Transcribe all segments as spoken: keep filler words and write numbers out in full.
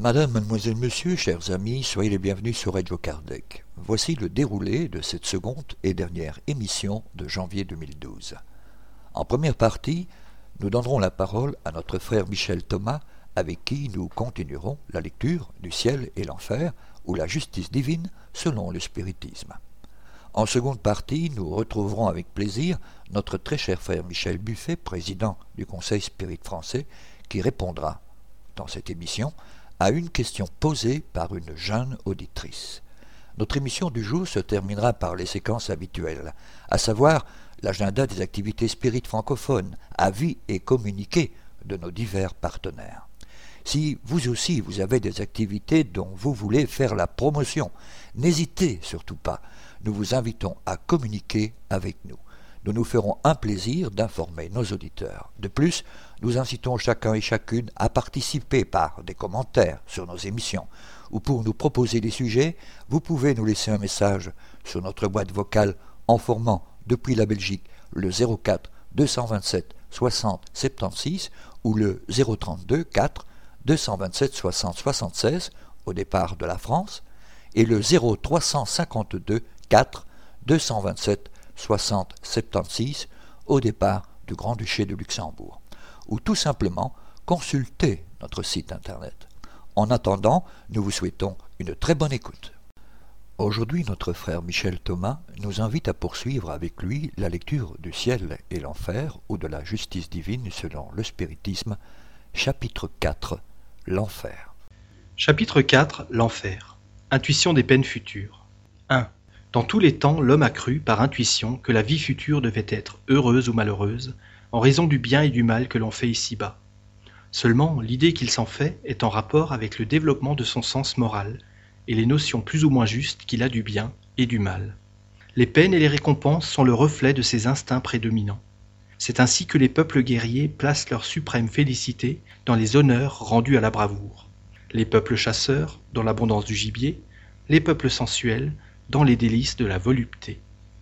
Madame, mademoiselle, monsieur, chers amis, soyez les bienvenus sur Radio Kardec. Voici le déroulé de cette seconde et dernière émission de janvier deux mille douze. En première partie, nous donnerons la parole à notre frère Michel Thomas, avec qui nous continuerons la lecture du ciel et l'enfer, ou la justice divine selon le spiritisme. En seconde partie, nous retrouverons avec plaisir notre très cher frère Michel Buffet, président du Conseil Spirit français, qui répondra, dans cette émission, à une question posée par une jeune auditrice. Notre émission du jour se terminera par les séquences habituelles, à savoir l'agenda des activités spirites francophones, avis et communiqués de nos divers partenaires. Si vous aussi vous avez des activités dont vous voulez faire la promotion, n'hésitez surtout pas, nous vous invitons à communiquer avec nous. Nous nous ferons un plaisir d'informer nos auditeurs. De plus, nous incitons chacun et chacune à participer par des commentaires sur nos émissions, ou pour nous proposer des sujets, vous pouvez nous laisser un message sur notre boîte vocale en formant depuis la Belgique le zéro quatre deux cent vingt-sept soixante soixante-seize ou le zéro trente-deux quatre deux cent vingt-sept soixante soixante-seize au départ de la France et le zéro trois cent cinquante-deux quatre deux cent vingt-sept soixante soixante-seize au départ du Grand-Duché de Luxembourg, ou tout simplement consultez notre site internet. En attendant, nous vous souhaitons une très bonne écoute. Aujourd'hui, notre frère Michel Thomas nous invite à poursuivre avec lui la lecture du ciel et l'enfer ou de la justice divine selon le spiritisme, chapitre quatre, l'enfer. Chapitre quatre, l'enfer. Intuition des peines futures. un. Dans tous les temps, l'homme a cru, par intuition, que la vie future devait être heureuse ou malheureuse, en raison du bien et du mal que l'on fait ici-bas. Seulement, l'idée qu'il s'en fait est en rapport avec le développement de son sens moral, et les notions plus ou moins justes qu'il a du bien et du mal. Les peines et les récompenses sont le reflet de ses instincts prédominants. C'est ainsi que les peuples guerriers placent leur suprême félicité dans les honneurs rendus à la bravoure. Les peuples chasseurs, dans l'abondance du gibier, les peuples sensuels, dans les délices de la volupté.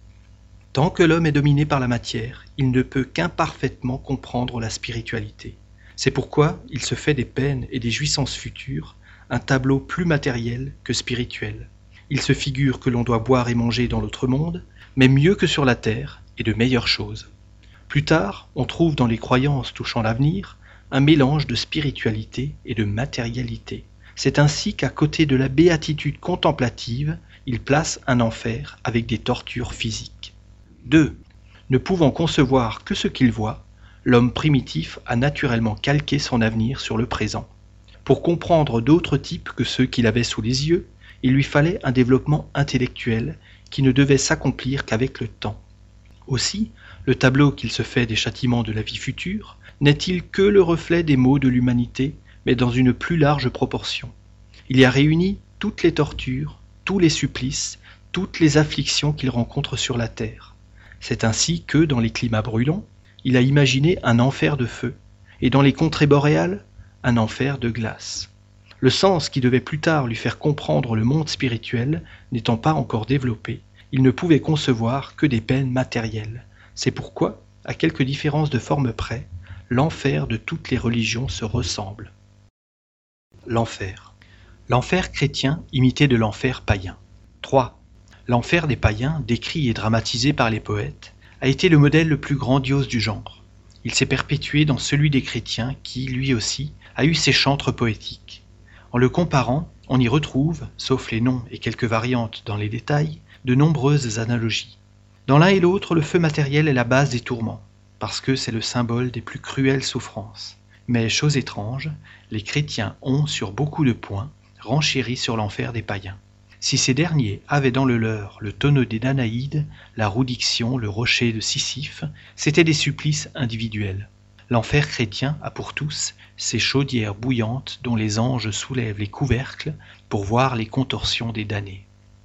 Tant que l'homme est dominé par la matière, il ne peut qu'imparfaitement comprendre la spiritualité. C'est pourquoi il se fait des peines et des jouissances futures un tableau plus matériel que spirituel. Il se figure que l'on doit boire et manger dans l'autre monde, mais mieux que sur la terre et de meilleures choses. Plus tard, on trouve dans les croyances touchant l'avenir un mélange de spiritualité et de matérialité. C'est ainsi qu'à côté de la béatitude contemplative, il place un enfer avec des tortures physiques. deux. Ne pouvant concevoir que ce qu'il voit, l'homme primitif a naturellement calqué son avenir sur le présent. Pour comprendre d'autres types que ceux qu'il avait sous les yeux, il lui fallait un développement intellectuel qui ne devait s'accomplir qu'avec le temps. Aussi, le tableau qu'il se fait des châtiments de la vie future n'est-il que le reflet des maux de l'humanité, mais dans une plus large proportion. Il y a réuni toutes les tortures, tous les supplices, toutes les afflictions qu'il rencontre sur la terre. C'est ainsi que, dans les climats brûlants, il a imaginé un enfer de feu, et dans les contrées boréales, un enfer de glace. Le sens qui devait plus tard lui faire comprendre le monde spirituel n'étant pas encore développé, il ne pouvait concevoir que des peines matérielles. C'est pourquoi, à quelques différences de forme près, l'enfer de toutes les religions se ressemble. L'enfer. L'enfer chrétien imité de l'enfer païen. trois. L'enfer des païens, décrit et dramatisé par les poètes, a été le modèle le plus grandiose du genre. Il s'est perpétué dans celui des chrétiens qui, lui aussi, a eu ses chantres poétiques. En le comparant, on y retrouve, sauf les noms et quelques variantes dans les détails, de nombreuses analogies. Dans l'un et l'autre, le feu matériel est la base des tourments, parce que c'est le symbole des plus cruelles souffrances. Mais, chose étrange, les chrétiens ont, sur beaucoup de points, renchéri sur l'enfer des païens. Si ces derniers avaient dans le leur le tonneau des Danaïdes, la roudiction, le rocher de Sisyphe, c'étaient des supplices individuels. L'enfer chrétien a pour tous ces chaudières bouillantes dont les anges soulèvent les couvercles pour voir les contorsions des damnés.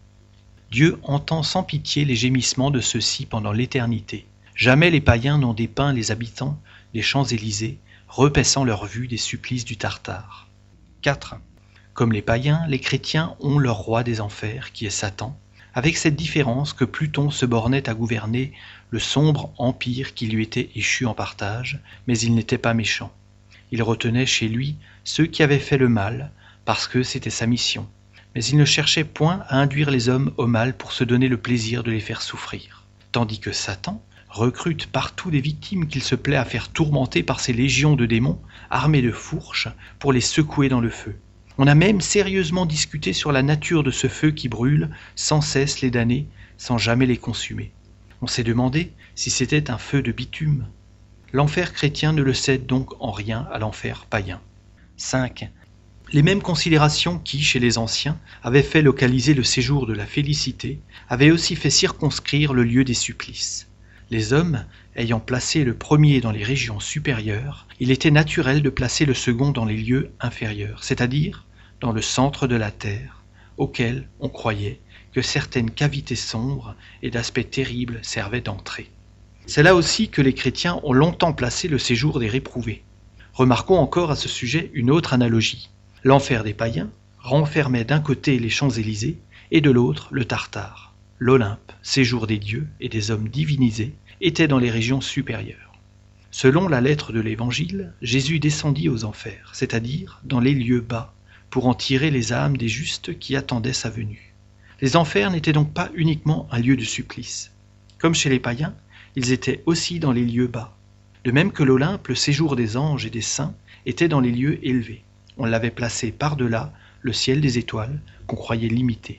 Dieu entend sans pitié les gémissements de ceux-ci pendant l'éternité. Jamais les païens n'ont dépeint les habitants des Champs-Élysées, repaissant leur vue des supplices du Tartare. quatre. Comme les païens, les chrétiens ont leur roi des enfers, qui est Satan, avec cette différence que Pluton se bornait à gouverner le sombre empire qui lui était échu en partage, mais il n'était pas méchant. Il retenait chez lui ceux qui avaient fait le mal, parce que c'était sa mission. Mais il ne cherchait point à induire les hommes au mal pour se donner le plaisir de les faire souffrir. Tandis que Satan recrute partout des victimes qu'il se plaît à faire tourmenter par ses légions de démons armés de fourches pour les secouer dans le feu. On a même sérieusement discuté sur la nature de ce feu qui brûle sans cesse les damnés, sans jamais les consumer. On s'est demandé si c'était un feu de bitume. L'enfer chrétien ne le cède donc en rien à l'enfer païen. cinq. Les mêmes considérations qui, chez les anciens, avaient fait localiser le séjour de la félicité, avaient aussi fait circonscrire le lieu des supplices. Les hommes ayant placé le premier dans les régions supérieures, il était naturel de placer le second dans les lieux inférieurs, c'est-à-dire dans le centre de la terre, auquel on croyait que certaines cavités sombres et d'aspect terrible servaient d'entrée. C'est là aussi que les chrétiens ont longtemps placé le séjour des réprouvés. Remarquons encore à ce sujet une autre analogie. L'enfer des païens renfermait d'un côté les Champs-Élysées et de l'autre le Tartare. L'Olympe, séjour des dieux et des hommes divinisés, était dans les régions supérieures. Selon la lettre de l'Évangile, Jésus descendit aux enfers, c'est-à-dire dans les lieux bas, pour en tirer les âmes des justes qui attendaient sa venue. Les enfers n'étaient donc pas uniquement un lieu de supplice. Comme chez les païens, ils étaient aussi dans les lieux bas. De même que l'Olympe, le séjour des anges et des saints, était dans les lieux élevés. On l'avait placé par-delà le ciel des étoiles qu'on croyait limité.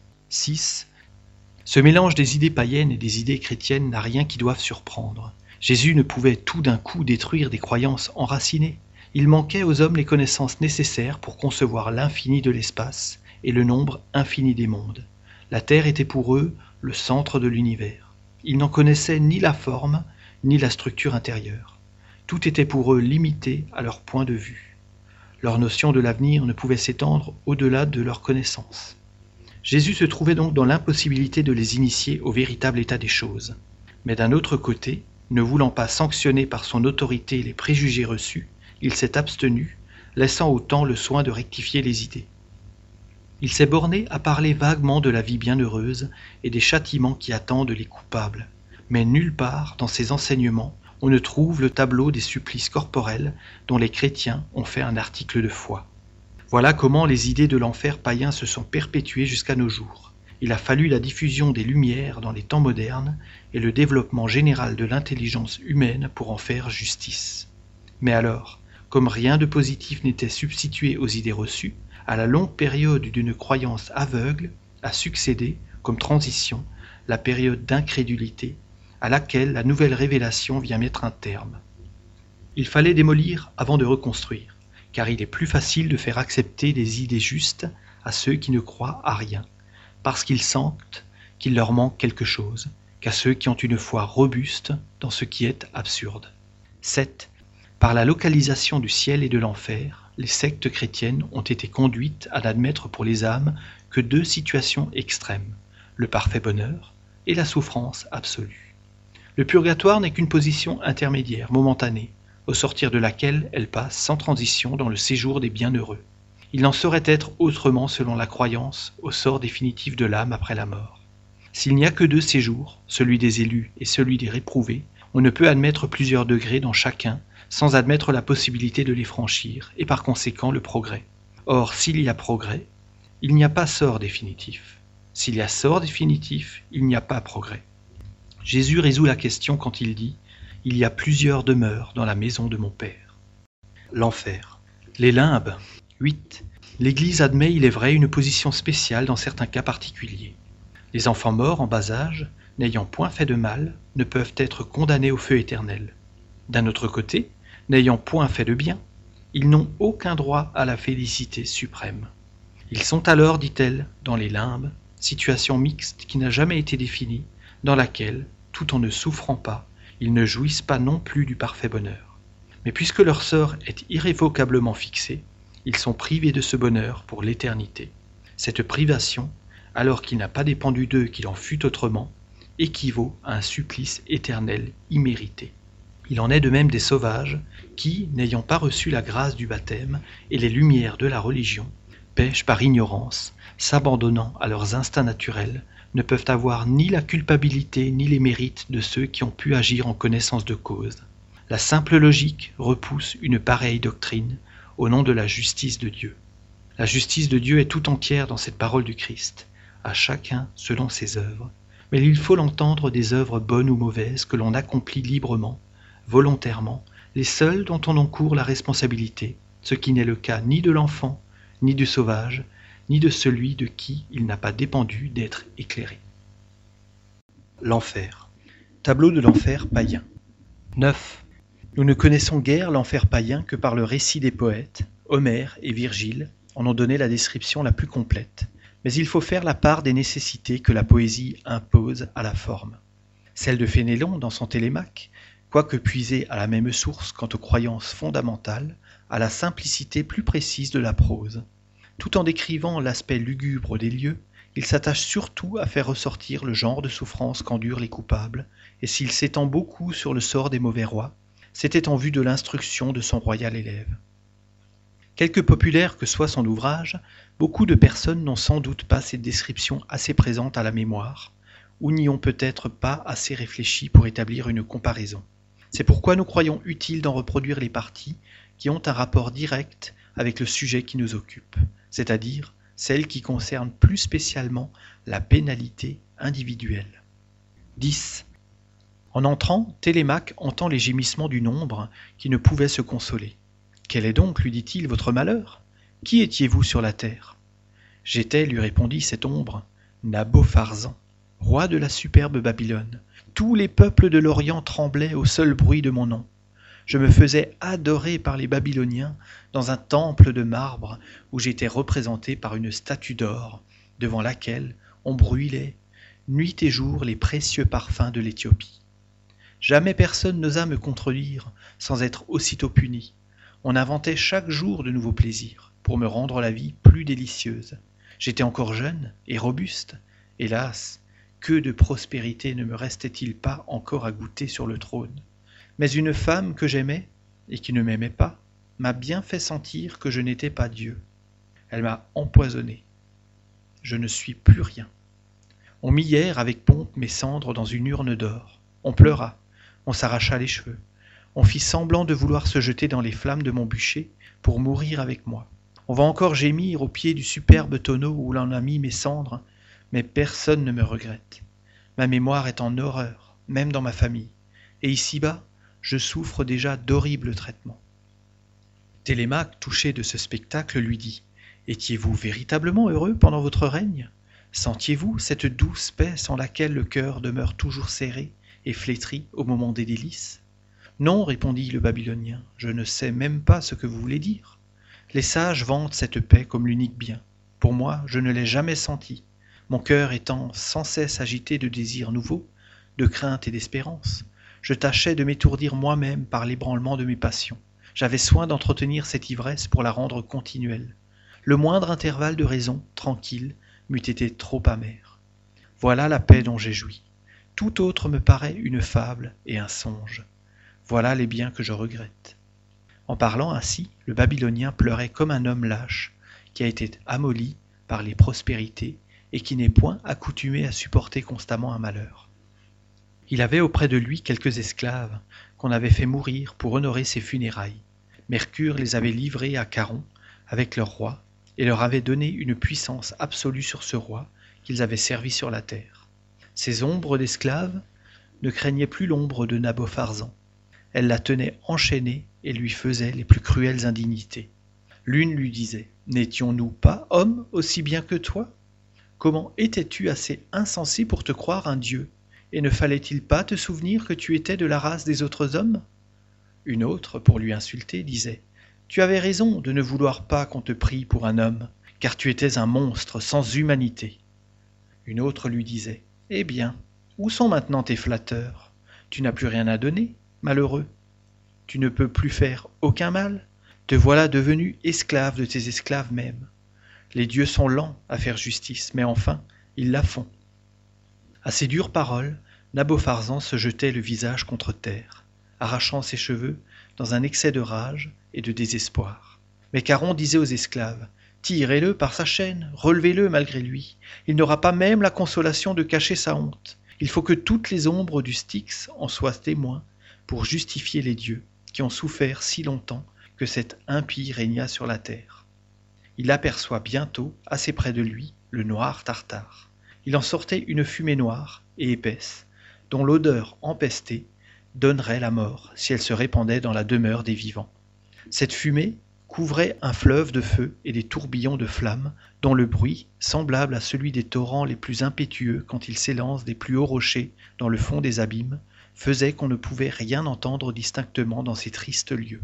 six. Ce mélange des idées païennes et des idées chrétiennes n'a rien qui doive surprendre. Jésus ne pouvait tout d'un coup détruire des croyances enracinées. Il manquait aux hommes les connaissances nécessaires pour concevoir l'infini de l'espace et le nombre infini des mondes. La Terre était pour eux le centre de l'univers. Ils n'en connaissaient ni la forme, ni la structure intérieure. Tout était pour eux limité à leur point de vue. Leur notion de l'avenir ne pouvait s'étendre au-delà de leur connaissance. Jésus se trouvait donc dans l'impossibilité de les initier au véritable état des choses. Mais d'un autre côté, ne voulant pas sanctionner par son autorité les préjugés reçus, il s'est abstenu, laissant au temps le soin de rectifier les idées. Il s'est borné à parler vaguement de la vie bienheureuse et des châtiments qui attendent les coupables. Mais nulle part, dans ses enseignements, on ne trouve le tableau des supplices corporels dont les chrétiens ont fait un article de foi. Voilà comment les idées de l'enfer païen se sont perpétuées jusqu'à nos jours. Il a fallu la diffusion des Lumières dans les temps modernes et le développement général de l'intelligence humaine pour en faire justice. Mais alors, comme rien de positif n'était substitué aux idées reçues, à la longue période d'une croyance aveugle a succédé, comme transition, la période d'incrédulité à laquelle la nouvelle révélation vient mettre un terme. Il fallait démolir avant de reconstruire, car il est plus facile de faire accepter des idées justes à ceux qui ne croient à rien, parce qu'ils sentent qu'il leur manque quelque chose, qu'à ceux qui ont une foi robuste dans ce qui est absurde. sept. Par la localisation du ciel et de l'enfer, les sectes chrétiennes ont été conduites à n'admettre pour les âmes que deux situations extrêmes, le parfait bonheur et la souffrance absolue. Le purgatoire n'est qu'une position intermédiaire, momentanée, au sortir de laquelle elle passe sans transition dans le séjour des bienheureux. Il n'en saurait être autrement selon la croyance au sort définitif de l'âme après la mort. S'il n'y a que deux séjours, celui des élus et celui des réprouvés, on ne peut admettre plusieurs degrés dans chacun sans admettre la possibilité de les franchir, et par conséquent le progrès. Or, s'il y a progrès, il n'y a pas sort définitif. S'il y a sort définitif, il n'y a pas progrès. Jésus résout la question quand il dit « Il y a plusieurs demeures dans la maison de mon Père ». L'enfer. Les limbes. huit. L'Église admet, il est vrai, une position spéciale dans certains cas particuliers. Les enfants morts en bas âge, n'ayant point fait de mal, ne peuvent être condamnés au feu éternel. D'un autre côté, n'ayant point fait de bien, ils n'ont aucun droit à la félicité suprême. Ils sont alors, dit-elle, dans les limbes, situation mixte qui n'a jamais été définie, dans laquelle, tout en ne souffrant pas, ils ne jouissent pas non plus du parfait bonheur. Mais puisque leur sort est irrévocablement fixé, ils sont privés de ce bonheur pour l'éternité. Cette privation, alors qu'il n'a pas dépendu d'eux qu'il en fût autrement, équivaut à un supplice éternel immérité. Il en est de même des sauvages qui, n'ayant pas reçu la grâce du baptême et les lumières de la religion, pêchent par ignorance, s'abandonnant à leurs instincts naturels, ne peuvent avoir ni la culpabilité ni les mérites de ceux qui ont pu agir en connaissance de cause. La simple logique repousse une pareille doctrine au nom de la justice de Dieu. La justice de Dieu est tout entière dans cette parole du Christ, à chacun selon ses œuvres. Mais il faut l'entendre des œuvres bonnes ou mauvaises que l'on accomplit librement, volontairement, les seules dont on encourt la responsabilité, ce qui n'est le cas ni de l'enfant, ni du sauvage, ni de celui de qui il n'a pas dépendu d'être éclairé. L'enfer. Tableau de l'enfer païen. neuf. Nous ne connaissons guère l'enfer païen que par le récit des poètes. Homère et Virgile en ont donné la description la plus complète. Mais il faut faire la part des nécessités que la poésie impose à la forme. Celle de Fénélon dans son Télémaque, quoique puisée à la même source quant aux croyances fondamentales, à la simplicité plus précise de la prose. Tout en décrivant l'aspect lugubre des lieux, il s'attache surtout à faire ressortir le genre de souffrance qu'endurent les coupables, et s'il s'étend beaucoup sur le sort des mauvais rois, c'était en vue de l'instruction de son royal élève. Quelque populaire que soit son ouvrage, beaucoup de personnes n'ont sans doute pas cette description assez présente à la mémoire, ou n'y ont peut-être pas assez réfléchi pour établir une comparaison. C'est pourquoi nous croyons utile d'en reproduire les parties qui ont un rapport direct avec le sujet qui nous occupe, c'est-à-dire celles qui concernent plus spécialement la pénalité individuelle. dix. En entrant, Télémaque entend les gémissements d'une ombre qui ne pouvait se consoler. « Quel est donc, lui dit-il, votre malheur ? Qui étiez-vous sur la terre ?»« J'étais, lui répondit cette ombre, Nabopharsan, roi de la superbe Babylone. Tous les peuples de l'Orient tremblaient au seul bruit de mon nom. Je me faisais adorer par les Babyloniens dans un temple de marbre où j'étais représenté par une statue d'or, devant laquelle on brûlait nuit et jour les précieux parfums de l'Éthiopie. Jamais personne n'osa me contredire sans être aussitôt puni. On inventait chaque jour de nouveaux plaisirs pour me rendre la vie plus délicieuse. J'étais encore jeune et robuste. Hélas, que de prospérité ne me restait-il pas encore à goûter sur le trône ? Mais une femme que j'aimais et qui ne m'aimait pas m'a bien fait sentir que je n'étais pas Dieu. Elle m'a empoisonné. Je ne suis plus rien. On mit hier avec pompe mes cendres dans une urne d'or. On pleura, on s'arracha les cheveux. On fit semblant de vouloir se jeter dans les flammes de mon bûcher pour mourir avec moi. On va encore gémir au pied du superbe tonneau où l'on a mis mes cendres, mais personne ne me regrette. Ma mémoire est en horreur, même dans ma famille. Et ici-bas, je souffre déjà d'horribles traitements. Télémaque, touché de ce spectacle, lui dit « Étiez-vous véritablement heureux pendant votre règne ? Sentiez-vous cette douce paix sans laquelle le cœur demeure toujours serré et flétri au moment des délices ? » « Non, répondit le Babylonien, je ne sais même pas ce que vous voulez dire. Les sages vantent cette paix comme l'unique bien. Pour moi, je ne l'ai jamais sentie, mon cœur étant sans cesse agité de désirs nouveaux, de crainte et d'espérance. Je tâchais de m'étourdir moi-même par l'ébranlement de mes passions. J'avais soin d'entretenir cette ivresse pour la rendre continuelle. Le moindre intervalle de raison, tranquille, m'eût été trop amer. Voilà la paix dont j'ai joui. Tout autre me paraît une fable et un songe. Voilà les biens que je regrette. En parlant ainsi, le Babylonien pleurait comme un homme lâche, qui a été amolli par les prospérités et qui n'est point accoutumé à supporter constamment un malheur. Il avait auprès de lui quelques esclaves qu'on avait fait mourir pour honorer ses funérailles. Mercure les avait livrés à Charon avec leur roi et leur avait donné une puissance absolue sur ce roi qu'ils avaient servi sur la terre. Ces ombres d'esclaves ne craignaient plus l'ombre de Nabopharsan. Elle la tenait enchaînée et lui faisait les plus cruelles indignités. L'une lui disait « N'étions-nous pas hommes aussi bien que toi ? Comment étais-tu assez insensé pour te croire un dieu ? Et ne fallait-il pas te souvenir que tu étais de la race des autres hommes ?» Une autre, pour lui insulter, disait « Tu avais raison de ne vouloir pas qu'on te prie pour un homme, car tu étais un monstre sans humanité. » Une autre lui disait « Eh bien, où sont maintenant tes flatteurs ? Tu n'as plus rien à donner ? Malheureux, tu ne peux plus faire aucun mal, te voilà devenu esclave de tes esclaves même. Les dieux sont lents à faire justice, mais enfin, ils la font. » À ces dures paroles, Nabopharsan se jetait le visage contre terre, arrachant ses cheveux dans un excès de rage et de désespoir. Mais Charon disait aux esclaves « Tirez-le par sa chaîne, relevez-le malgré lui. Il n'aura pas même la consolation de cacher sa honte. Il faut que toutes les ombres du Styx en soient témoins pour justifier les dieux qui ont souffert si longtemps que cette impie régna sur la terre. » il aperçoit bientôt, assez près de lui, le noir Tartare. Il en sortait une fumée noire et épaisse, dont l'odeur empestée donnerait la mort si elle se répandait dans la demeure des vivants. Cette fumée couvrait un fleuve de feu et des tourbillons de flammes, dont le bruit, semblable à celui des torrents les plus impétueux quand ils s'élancent des plus hauts rochers dans le fond des abîmes, faisait qu'on ne pouvait rien entendre distinctement dans ces tristes lieux.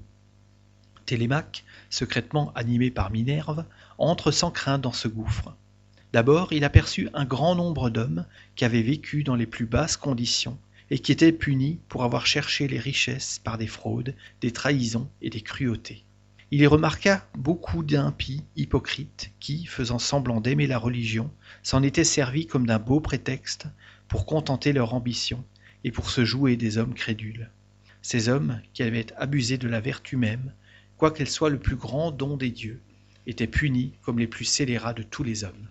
Télémaque, secrètement animé par Minerve, entre sans crainte dans ce gouffre. D'abord, il aperçut un grand nombre d'hommes qui avaient vécu dans les plus basses conditions et qui étaient punis pour avoir cherché les richesses par des fraudes, des trahisons et des cruautés. Il y remarqua beaucoup d'impies hypocrites qui, faisant semblant d'aimer la religion, s'en étaient servis comme d'un beau prétexte pour contenter leur ambition et pour se jouer des hommes crédules. Ces hommes qui avaient abusé de la vertu même, quoiqu'elle soit le plus grand don des dieux, étaient punis comme les plus scélérats de tous les hommes.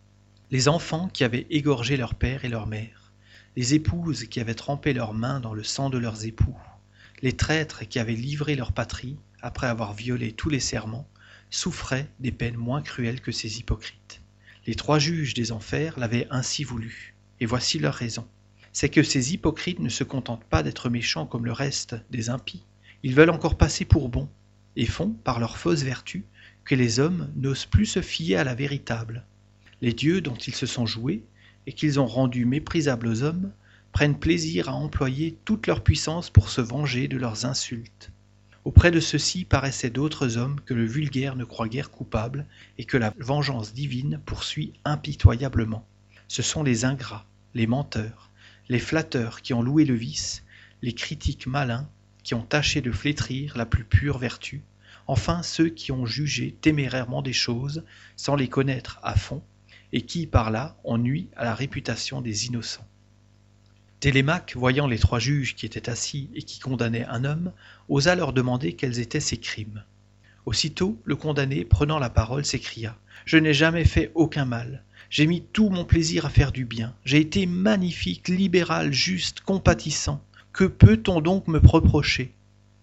Les enfants qui avaient égorgé leur père et leur mère, les épouses qui avaient trempé leurs mains dans le sang de leurs époux, les traîtres qui avaient livré leur patrie après avoir violé tous les serments, souffraient des peines moins cruelles que ces hypocrites. Les trois juges des enfers l'avaient ainsi voulu, et voici leur raison. C'est que ces hypocrites ne se contentent pas d'être méchants comme le reste des impies, ils veulent encore passer pour bons, et font, par leur fausse vertu, que les hommes n'osent plus se fier à la véritable. Les dieux dont ils se sont joués, et qu'ils ont rendus méprisables aux hommes, prennent plaisir à employer toute leur puissance pour se venger de leurs insultes. Auprès de ceux-ci paraissaient d'autres hommes que le vulgaire ne croit guère coupables et que la vengeance divine poursuit impitoyablement. Ce sont les ingrats, les menteurs, les flatteurs qui ont loué le vice, les critiques malins qui ont tâché de flétrir la plus pure vertu, enfin ceux qui ont jugé témérairement des choses sans les connaître à fond et qui, par là, ont nui à la réputation des innocents. Télémaque, voyant les trois juges qui étaient assis et qui condamnaient un homme, osa leur demander quels étaient ses crimes. Aussitôt, le condamné, prenant la parole, s'écria « Je n'ai jamais fait aucun mal. J'ai mis tout mon plaisir à faire du bien. J'ai été magnifique, libéral, juste, compatissant. Que peut-on donc me reprocher ?»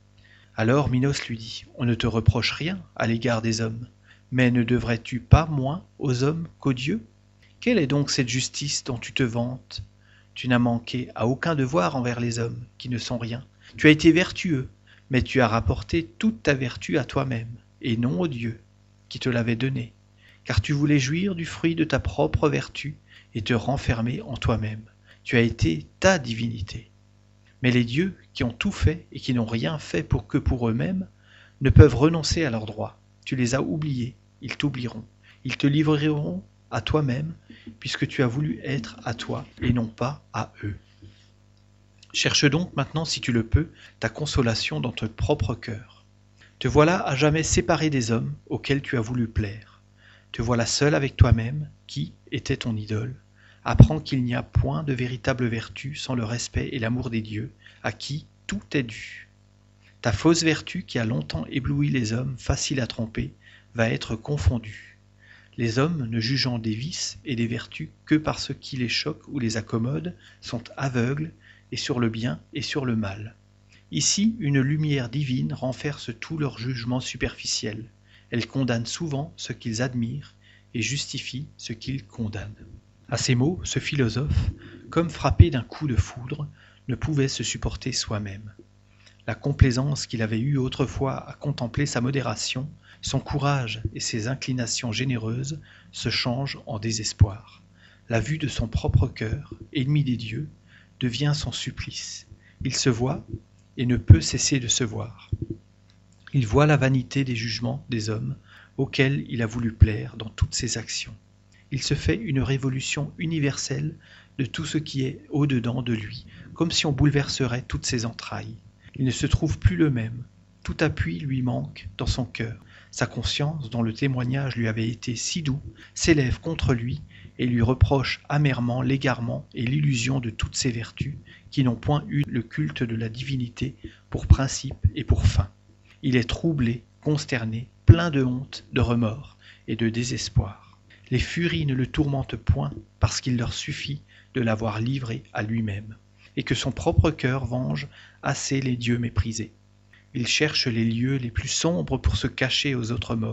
Alors Minos lui dit « On ne te reproche rien à l'égard des hommes, mais ne devrais-tu pas moins aux hommes qu'aux dieux ? Quelle est donc cette justice dont tu te vantes ? Tu n'as manqué à aucun devoir envers les hommes, qui ne sont rien. Tu as été vertueux, mais tu as rapporté toute ta vertu à toi-même, et non aux dieux, qui te l'avaient donnée, car tu voulais jouir du fruit de ta propre vertu et te renfermer en toi-même. Tu as été ta divinité. Mais les dieux, qui ont tout fait et qui n'ont rien fait pour que pour eux-mêmes, ne peuvent renoncer à leurs droits. Tu les as oubliés, ils t'oublieront. Ils te livreront à toi-même, puisque tu as voulu être à toi et non pas à eux. Cherche donc maintenant, si tu le peux, ta consolation dans ton propre cœur. Te voilà à jamais séparé des hommes auxquels tu as voulu plaire. Te voilà seul avec toi-même, qui était ton idole. Apprends qu'il n'y a point de véritable vertu sans le respect et l'amour des dieux, à qui tout est dû. Ta fausse vertu qui a longtemps ébloui les hommes, facile à tromper, va être confondue. Les hommes, ne jugeant des vices et des vertus que par ce qui les choque ou les accommode, sont aveugles et sur le bien et sur le mal. Ici, une lumière divine renverse tout leur jugement superficiel. Elle condamne souvent ce qu'ils admirent et justifie ce qu'ils condamnent. À ces mots, ce philosophe, comme frappé d'un coup de foudre, ne pouvait se supporter soi-même. La complaisance qu'il avait eue autrefois à contempler sa modération, son courage et ses inclinations généreuses se changent en désespoir. La vue de son propre cœur, ennemi des dieux, devient son supplice. Il se voit et ne peut cesser de se voir. Il voit la vanité des jugements des hommes auxquels il a voulu plaire dans toutes ses actions. Il se fait une révolution universelle de tout ce qui est au-dedans de lui, comme si on bouleverserait toutes ses entrailles. Il ne se trouve plus le même. Tout appui lui manque dans son cœur. Sa conscience, dont le témoignage lui avait été si doux, s'élève contre lui et lui reproche amèrement l'égarement et l'illusion de toutes ses vertus, qui n'ont point eu le culte de la divinité pour principe et pour fin. Il est troublé, consterné, plein de honte, de remords et de désespoir. Les furies ne le tourmentent point parce qu'il leur suffit de l'avoir livré à lui-même, et que son propre cœur venge assez les dieux méprisés. Il cherche les lieux les plus sombres pour se cacher aux autres morts,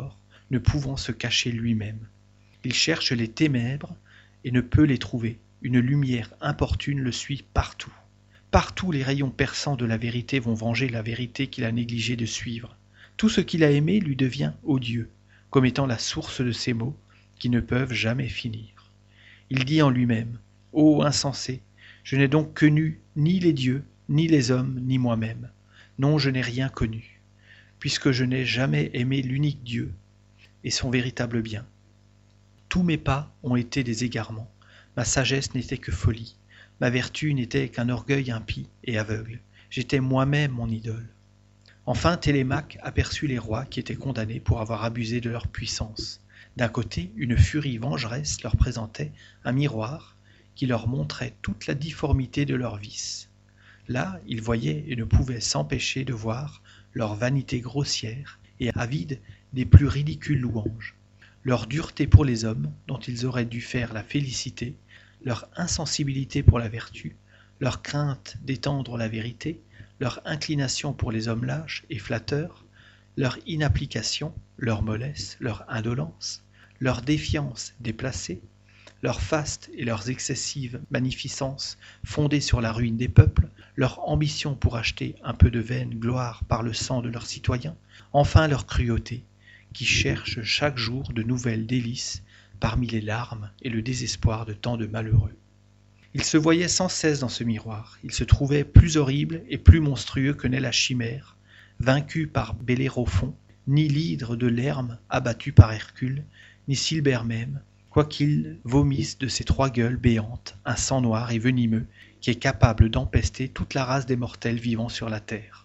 ne pouvant se cacher lui-même. Il cherche les ténèbres et ne peut les trouver. Une lumière importune le suit partout. Partout les rayons perçants de la vérité vont venger la vérité qu'il a négligé de suivre. Tout ce qu'il a aimé lui devient odieux, comme étant la source de ces maux qui ne peuvent jamais finir. Il dit en lui-même « Ô insensé, je n'ai donc connu ni les dieux, ni les hommes, ni moi-même. Non, je n'ai rien connu, puisque je n'ai jamais aimé l'unique Dieu et son véritable bien. Tous mes pas ont été des égarements. Ma sagesse n'était que folie. Ma vertu n'était qu'un orgueil impie et aveugle. J'étais moi-même mon idole. » Enfin, Télémaque aperçut les rois qui étaient condamnés pour avoir abusé de leur puissance. D'un côté, une furie vengeresse leur présentait un miroir qui leur montrait toute la difformité de leurs vices. Là, ils voyaient et ne pouvaient s'empêcher de voir leur vanité grossière et avide des plus ridicules louanges, leur dureté pour les hommes dont ils auraient dû faire la félicité, leur insensibilité pour la vertu, leur crainte d'étendre la vérité, leur inclination pour les hommes lâches et flatteurs, leur inapplication, leur mollesse, leur indolence, leur défiance déplacée, leur faste et leurs excessives magnificences fondées sur la ruine des peuples, leur ambition pour acheter un peu de vaine gloire par le sang de leurs citoyens, enfin leur cruauté, qui cherche chaque jour de nouvelles délices parmi les larmes et le désespoir de tant de malheureux. Il se voyait sans cesse dans ce miroir, il se trouvait plus horrible et plus monstrueux que n'est la chimère, vaincu par Bellérophon, ni l'hydre de Lerme abattu par Hercule, ni Silbert même, quoiqu'il vomisse de ses trois gueules béantes un sang noir et venimeux qui est capable d'empester toute la race des mortels vivant sur la terre.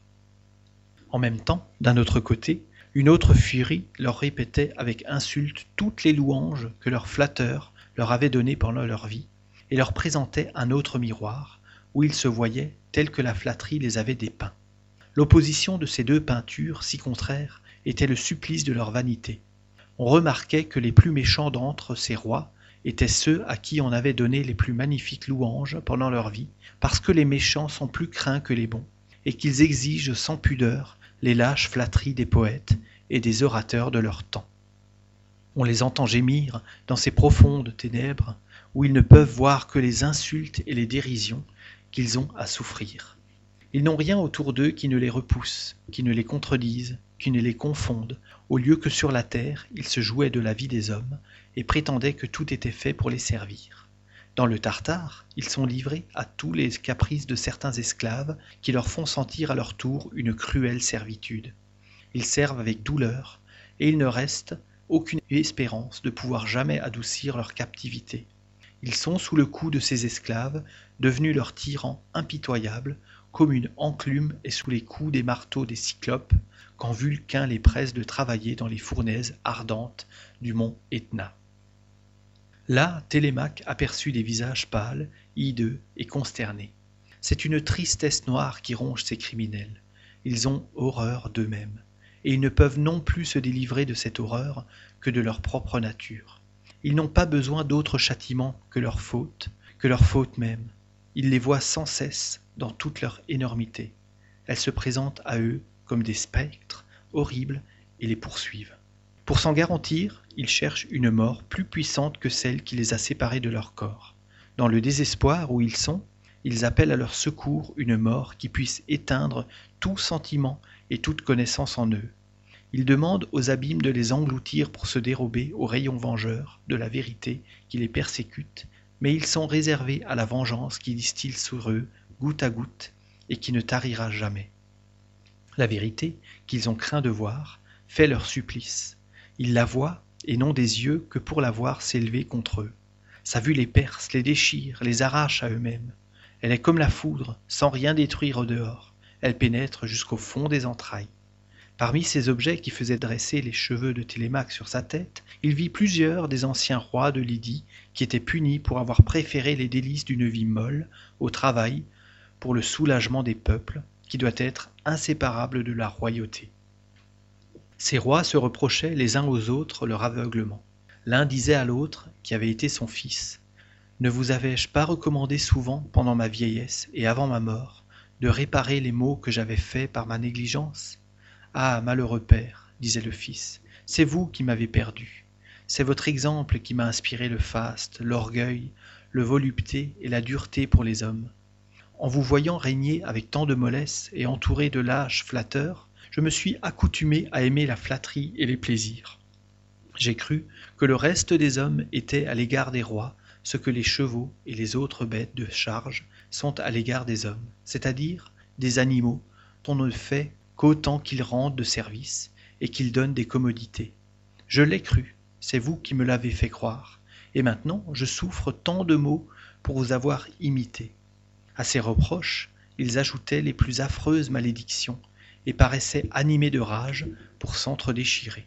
En même temps, d'un autre côté, une autre furie leur répétait avec insulte toutes les louanges que leurs flatteurs leur avaient données pendant leur vie, et leur présentait un autre miroir, où ils se voyaient tels que la flatterie les avait dépeints. L'opposition de ces deux peintures si contraires était le supplice de leur vanité. On remarquait que les plus méchants d'entre ces rois étaient ceux à qui on avait donné les plus magnifiques louanges pendant leur vie, parce que les méchants sont plus craints que les bons, et qu'ils exigent sans pudeur les lâches flatteries des poètes et des orateurs de leur temps. On les entend gémir dans ces profondes ténèbres où ils ne peuvent voir que les insultes et les dérisions qu'ils ont à souffrir. Ils n'ont rien autour d'eux qui ne les repousse, qui ne les contredise, qui ne les confonde, au lieu que sur la terre, ils se jouaient de la vie des hommes et prétendaient que tout était fait pour les servir. Dans le Tartare, ils sont livrés à tous les caprices de certains esclaves qui leur font sentir à leur tour une cruelle servitude. Ils servent avec douleur et il ne reste aucune espérance de pouvoir jamais adoucir leur captivité. Ils sont sous le coup de ces esclaves, devenus leurs tyrans impitoyables, comme une enclume est sous les coups des marteaux des cyclopes, quand Vulcain les presse de travailler dans les fournaises ardentes du mont Etna. Là, Télémaque aperçut des visages pâles, hideux et consternés. C'est une tristesse noire qui ronge ces criminels. Ils ont horreur d'eux-mêmes, et ils ne peuvent non plus se délivrer de cette horreur que de leur propre nature. Ils n'ont pas besoin d'autre châtiment que leur faute, que leur faute même. Ils les voient sans cesse dans toute leur énormité. Elles se présentent à eux comme des spectres horribles et les poursuivent. Pour s'en garantir, ils cherchent une mort plus puissante que celle qui les a séparés de leur corps. Dans le désespoir où ils sont, ils appellent à leur secours une mort qui puisse éteindre tout sentiment et toute connaissance en eux. Ils demandent aux abîmes de les engloutir pour se dérober aux rayons vengeurs de la vérité qui les persécute, mais ils sont réservés à la vengeance qui distille sur eux, goutte à goutte, et qui ne tarira jamais. La vérité, qu'ils ont craint de voir, fait leur supplice. Ils la voient, et n'ont des yeux que pour la voir s'élever contre eux. Sa vue les perce, les déchire, les arrache à eux-mêmes. Elle est comme la foudre, sans rien détruire au dehors. Elle pénètre jusqu'au fond des entrailles. Parmi ces objets qui faisaient dresser les cheveux de Télémaque sur sa tête, il vit plusieurs des anciens rois de Lydie qui étaient punis pour avoir préféré les délices d'une vie molle au travail pour le soulagement des peuples, qui doit être inséparable de la royauté. Ces rois se reprochaient les uns aux autres leur aveuglement. L'un disait à l'autre, qui avait été son fils, « Ne vous avais-je pas recommandé souvent, pendant ma vieillesse et avant ma mort, de réparer les maux que j'avais faits par ma négligence ? Ah, malheureux père, disait le fils, c'est vous qui m'avez perdu. C'est votre exemple qui m'a inspiré le faste, l'orgueil, le volupté et la dureté pour les hommes. En vous voyant régner avec tant de mollesse et entouré de lâches flatteurs, je me suis accoutumé à aimer la flatterie et les plaisirs. J'ai cru que le reste des hommes était à l'égard des rois ce que les chevaux et les autres bêtes de charge sont à l'égard des hommes, c'est-à-dire des animaux dont on ne fait qu'autant qu'ils rendent de service et qu'ils donnent des commodités. Je l'ai cru, c'est vous qui me l'avez fait croire, et maintenant je souffre tant de maux pour vous avoir imité. À ces reproches, ils ajoutaient les plus affreuses malédictions et paraissaient animés de rage pour s'entre-déchirer.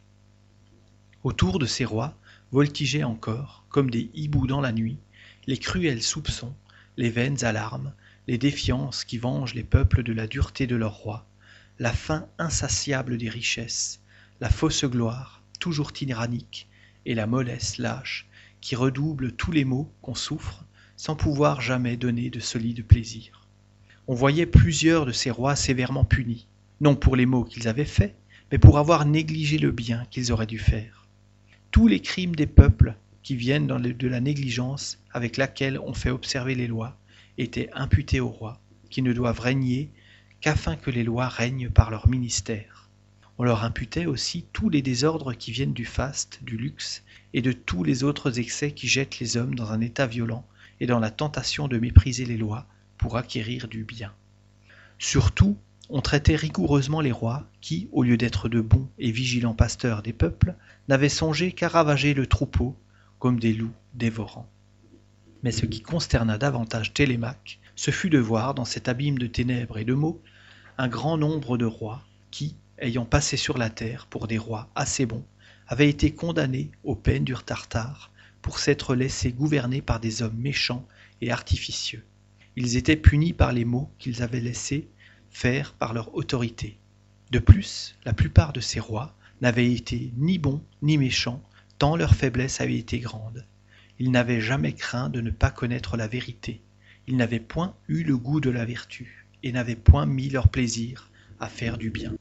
Autour de ces rois voltigeaient encore, comme des hiboux dans la nuit, les cruels soupçons, les vaines alarmes, les défiances qui vengent les peuples de la dureté de leurs rois, la faim insatiable des richesses, la fausse gloire, toujours tyrannique, et la mollesse lâche qui redouble tous les maux qu'on souffre sans pouvoir jamais donner de solides plaisirs. On voyait plusieurs de ces rois sévèrement punis, non pour les maux qu'ils avaient faits, mais pour avoir négligé le bien qu'ils auraient dû faire. Tous les crimes des peuples qui viennent dans le, de la négligence avec laquelle on fait observer les lois étaient imputés aux rois, qui ne doivent régner qu'afin que les lois règnent par leur ministère. On leur imputait aussi tous les désordres qui viennent du faste, du luxe et de tous les autres excès qui jettent les hommes dans un état violent et dans la tentation de mépriser les lois pour acquérir du bien. Surtout, on traitait rigoureusement les rois qui, au lieu d'être de bons et vigilants pasteurs des peuples, n'avaient songé qu'à ravager le troupeau comme des loups dévorants. Mais ce qui consterna davantage Télémaque, ce fut de voir dans cet abîme de ténèbres et de maux un grand nombre de rois qui, ayant passé sur la terre pour des rois assez bons, avaient été condamnés aux peines du Tartare pour s'être laissés gouverner par des hommes méchants et artificieux. Ils étaient punis par les maux qu'ils avaient laissés faire par leur autorité. De plus, la plupart de ces rois n'avaient été ni bons ni méchants, tant leur faiblesse avait été grande. Ils n'avaient jamais craint de ne pas connaître la vérité. Ils n'avaient point eu le goût de la vertu, et n'avaient point mis leur plaisir à faire du bien.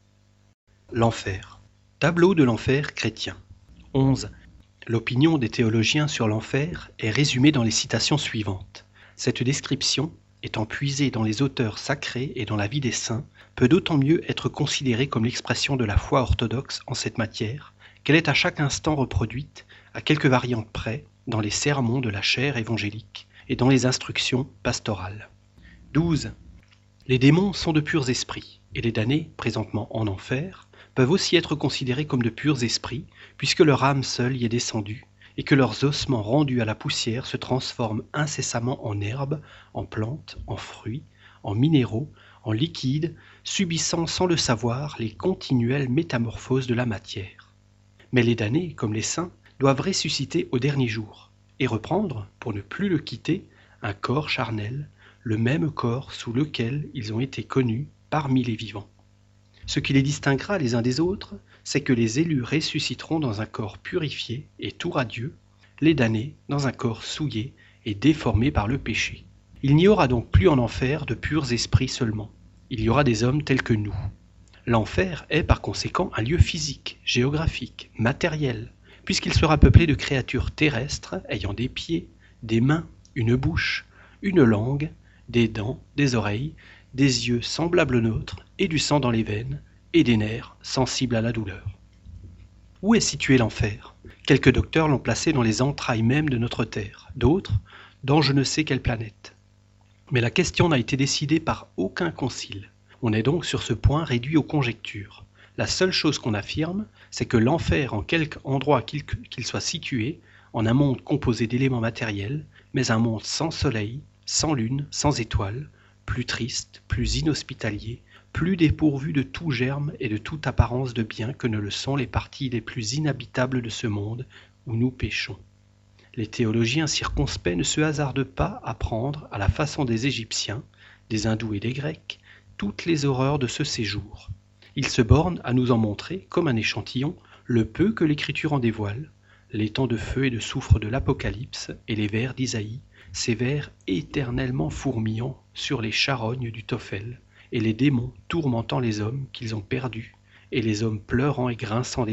L'enfer. Tableau de l'enfer chrétien. onze. L'opinion des théologiens sur l'enfer est résumée dans les citations suivantes. Cette description, étant puisée dans les auteurs sacrés et dans la vie des saints, peut d'autant mieux être considérée comme l'expression de la foi orthodoxe en cette matière, qu'elle est à chaque instant reproduite, à quelques variantes près, dans les sermons de la chaire évangélique et dans les instructions pastorales. douze. Les démons sont de purs esprits, et les damnés, présentement en enfer, peuvent aussi être considérés comme de purs esprits, puisque leur âme seule y est descendue, et que leurs ossements rendus à la poussière se transforment incessamment en herbes, en plantes, en fruits, en minéraux, en liquides, subissant sans le savoir les continuelles métamorphoses de la matière. Mais les damnés, comme les saints, doivent ressusciter au dernier jour, et reprendre, pour ne plus le quitter, un corps charnel, le même corps sous lequel ils ont été connus parmi les vivants. Ce qui les distinguera les uns des autres, c'est que les élus ressusciteront dans un corps purifié et tout radieux, les damnés dans un corps souillé et déformé par le péché. Il n'y aura donc plus en enfer de purs esprits seulement, il y aura des hommes tels que nous. L'enfer est par conséquent un lieu physique, géographique, matériel, puisqu'il sera peuplé de créatures terrestres ayant des pieds, des mains, une bouche, une langue, des dents, des oreilles, des yeux semblables aux nôtres, et du sang dans les veines, et des nerfs sensibles à la douleur. Où est situé l'enfer ? Quelques docteurs l'ont placé dans les entrailles mêmes de notre Terre, d'autres dans je ne sais quelle planète. Mais la question n'a été décidée par aucun concile. On est donc sur ce point réduit aux conjectures. La seule chose qu'on affirme, c'est que l'enfer, en quelque endroit qu'il, qu'il soit situé, en un monde composé d'éléments matériels, mais un monde sans soleil, sans lune, sans étoiles, plus triste, plus inhospitalier, plus dépourvu de tout germe et de toute apparence de bien que ne le sont les parties les plus inhabitables de ce monde où nous péchons. Les théologiens circonspects ne se hasardent pas à prendre, à la façon des Égyptiens, des Hindous et des Grecs, toutes les horreurs de ce séjour. Ils se bornent à nous en montrer, comme un échantillon, le peu que l'Écriture en dévoile, les temps de feu et de soufre de l'Apocalypse et les vers d'Isaïe, ces vers éternellement fourmillant sur les charognes du Tophel, et les démons tourmentant les hommes qu'ils ont perdus, et les hommes pleurant et grinçant des dents,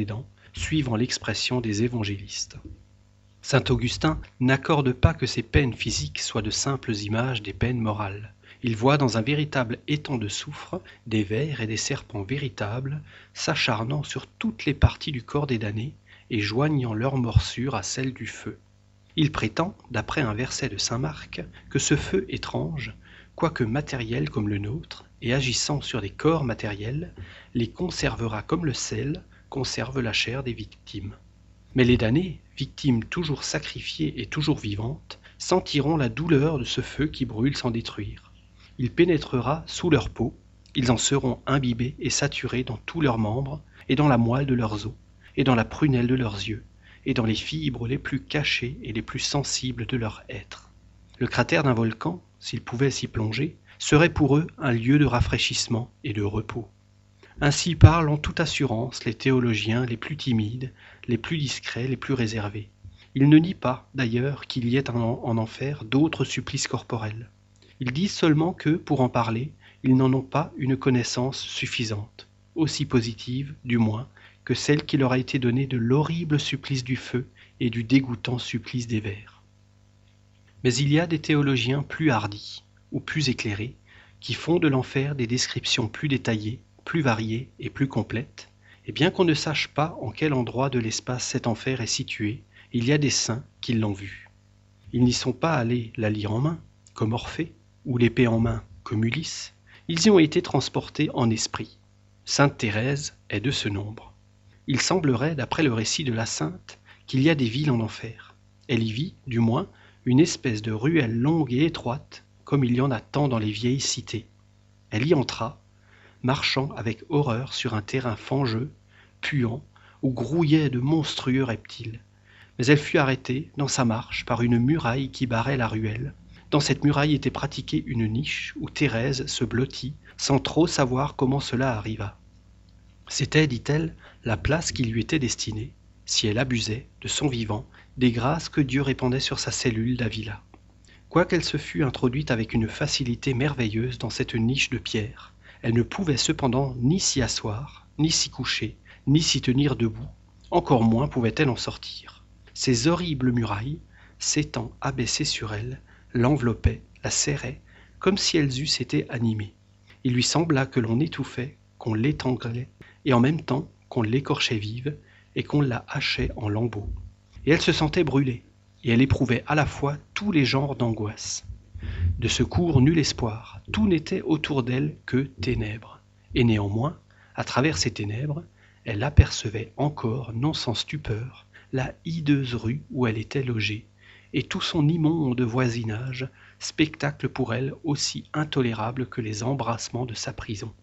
suivant l'expression des évangélistes. Saint Augustin n'accorde pas que ces peines physiques soient de simples images des peines morales. Il voit dans un véritable étang de soufre des vers et des serpents véritables s'acharnant sur toutes les parties du corps des damnés et joignant leurs morsures à celles du feu. Il prétend, d'après un verset de saint Marc, que ce feu étrange, quoique matériel comme le nôtre, et agissant sur des corps matériels, les conservera comme le sel conserve la chair des victimes. Mais les damnés, victimes toujours sacrifiées et toujours vivantes, sentiront la douleur de ce feu qui brûle sans détruire. Il pénétrera sous leur peau, ils en seront imbibés et saturés dans tous leurs membres, et dans la moelle de leurs os, et dans la prunelle de leurs yeux, et dans les fibres les plus cachées et les plus sensibles de leur être. Le cratère d'un volcan, s'ils pouvaient s'y plonger, serait pour eux un lieu de rafraîchissement et de repos. Ainsi parlent en toute assurance les théologiens les plus timides, les plus discrets, les plus réservés. Ils ne nient pas, d'ailleurs, qu'il y ait en, en enfer d'autres supplices corporels. Ils disent seulement que, pour en parler, ils n'en ont pas une connaissance suffisante, aussi positive, du moins, que celle qui leur a été donnée de l'horrible supplice du feu et du dégoûtant supplice des vers. Mais il y a des théologiens plus hardis, ou plus éclairés, qui font de l'enfer des descriptions plus détaillées, plus variées et plus complètes, et bien qu'on ne sache pas en quel endroit de l'espace cet enfer est situé, il y a des saints qui l'ont vu. Ils n'y sont pas allés la lyre en main, comme Orphée, ou l'épée en main, comme Ulysse, ils y ont été transportés en esprit. Sainte Thérèse est de ce nombre. Il semblerait, d'après le récit de la sainte, qu'il y a des villes en enfer. Elle y vit, du moins, une espèce de ruelle longue et étroite, comme il y en a tant dans les vieilles cités. Elle y entra, marchant avec horreur sur un terrain fangeux, puant, où grouillaient de monstrueux reptiles. Mais elle fut arrêtée, dans sa marche, par une muraille qui barrait la ruelle. Dans cette muraille était pratiquée une niche où Thérèse se blottit, sans trop savoir comment cela arriva. C'était, dit-elle, la place qui lui était destinée, si elle abusait, de son vivant, des grâces que Dieu répandait sur sa cellule d'Avila. Quoiqu'elle se fût introduite avec une facilité merveilleuse dans cette niche de pierre, elle ne pouvait cependant ni s'y asseoir, ni s'y coucher, ni s'y tenir debout, encore moins pouvait-elle en sortir. Ces horribles murailles, s'étant abaissées sur elle, l'enveloppaient, la serraient, comme si elles eussent été animées. Il lui sembla que l'on étouffait, qu'on l'étranglait, et en même temps qu'on l'écorchait vive, et qu'on la hachait en lambeaux. Et elle se sentait brûler, et elle éprouvait à la fois tous les genres d'angoisse. De secours nul espoir, tout n'était autour d'elle que ténèbres. Et néanmoins, à travers ces ténèbres, elle apercevait encore, non sans stupeur, la hideuse rue où elle était logée, et tout son immonde voisinage, spectacle pour elle aussi intolérable que les embrassements de sa prison.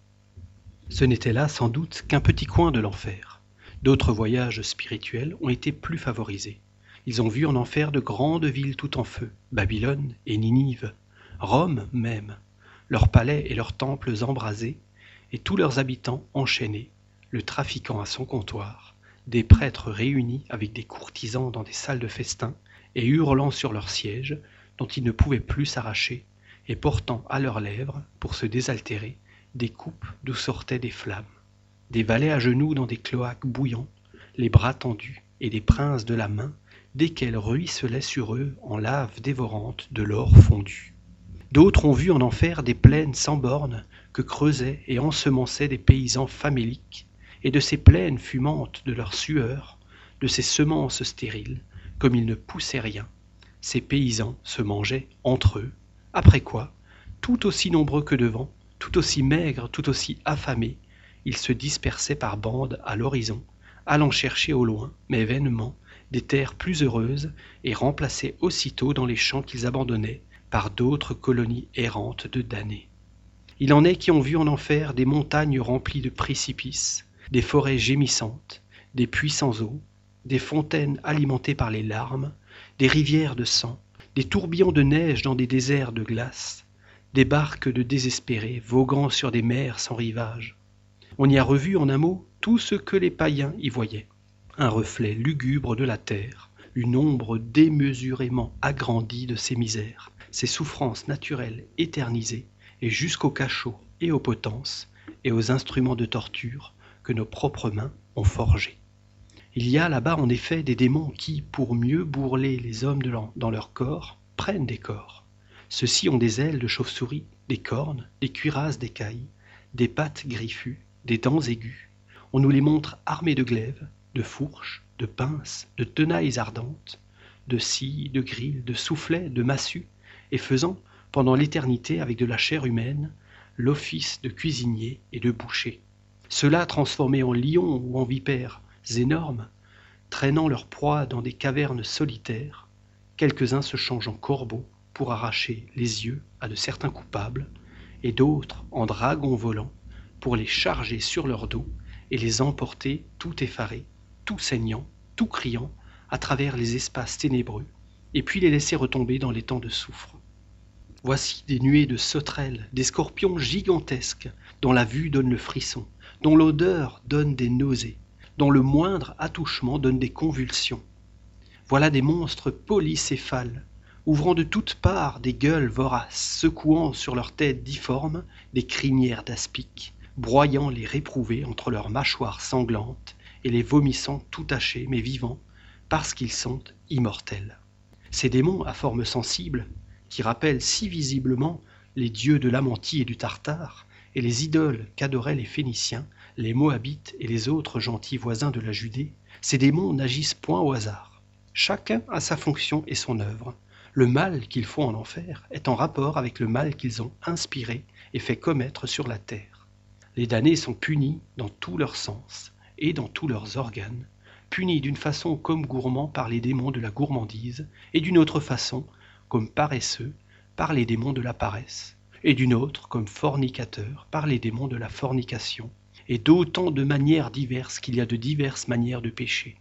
Ce n'était là sans doute qu'un petit coin de l'enfer. D'autres voyages spirituels ont été plus favorisés. Ils ont vu en enfer de grandes villes tout en feu, Babylone et Ninive, Rome même, leurs palais et leurs temples embrasés, et tous leurs habitants enchaînés, le trafiquant à son comptoir, des prêtres réunis avec des courtisans dans des salles de festin, et hurlant sur leurs sièges, dont ils ne pouvaient plus s'arracher, et portant à leurs lèvres, pour se désaltérer, des coupes d'où sortaient des flammes. Des valets à genoux dans des cloaques bouillants, les bras tendus, et des princes de la main, desquels ruisselait sur eux en lave dévorante de l'or fondu. D'autres ont vu en enfer des plaines sans bornes que creusaient et ensemençaient des paysans faméliques, et de ces plaines fumantes de leur sueur, de ces semences stériles, comme il ne poussait rien, ces paysans se mangeaient entre eux, après quoi, tout aussi nombreux que devant, tout aussi maigres, tout aussi affamés, ils se dispersaient par bandes à l'horizon, allant chercher au loin, mais vainement, des terres plus heureuses et remplaçaient aussitôt dans les champs qu'ils abandonnaient par d'autres colonies errantes de damnés. Il en est qui ont vu en enfer des montagnes remplies de précipices, des forêts gémissantes, des puits sans eau, des fontaines alimentées par les larmes, des rivières de sang, des tourbillons de neige dans des déserts de glace, des barques de désespérés voguant sur des mers sans rivage. On y a revu en un mot tout ce que les païens y voyaient. Un reflet lugubre de la terre, une ombre démesurément agrandie de ses misères, ses souffrances naturelles éternisées, et jusqu'aux cachots et aux potences, et aux instruments de torture que nos propres mains ont forgés. Il y a là-bas en effet des démons qui, pour mieux bourreler les hommes de leur- dans leur corps, prennent des corps. Ceux-ci ont des ailes de chauve-souris, des cornes, des cuirasses d'écailles, des pattes griffues, des dents aiguës. On nous les montre armés de glaives, de fourches, de pinces, de tenailles ardentes, de scies, de grilles, de soufflets, de massues, et faisant, pendant l'éternité avec de la chair humaine, l'office de cuisinier et de boucher. Ceux-là transformés en lions ou en vipères énormes, traînant leur proie dans des cavernes solitaires, quelques-uns se changent en corbeaux pour arracher les yeux à de certains coupables, et d'autres en dragons volants pour les charger sur leur dos et les emporter tout effarés, tout saignants, tout criant, à travers les espaces ténébreux, et puis les laisser retomber dans les temps de soufre. Voici des nuées de sauterelles, des scorpions gigantesques, dont la vue donne le frisson, dont l'odeur donne des nausées, dont le moindre attouchement donne des convulsions. Voilà des monstres polycéphales, ouvrant de toutes parts des gueules voraces, secouant sur leurs têtes difformes des crinières d'aspic, broyant les réprouvés entre leurs mâchoires sanglantes et les vomissant tout tachés mais vivants, parce qu'ils sont immortels. Ces démons à forme sensible, qui rappellent si visiblement les dieux de l'Amantie et du Tartare, et les idoles qu'adoraient les Phéniciens, les Moabites et les autres gentils voisins de la Judée, ces démons n'agissent point au hasard. Chacun a sa fonction et son œuvre. Le mal qu'ils font en enfer est en rapport avec le mal qu'ils ont inspiré et fait commettre sur la terre. Les damnés sont punis dans tous leurs sens et dans tous leurs organes, punis d'une façon comme gourmands par les démons de la gourmandise, et d'une autre façon comme paresseux par les démons de la paresse, et d'une autre comme fornicateurs par les démons de la fornication, et d'autant de manières diverses qu'il y a de diverses manières de pécher.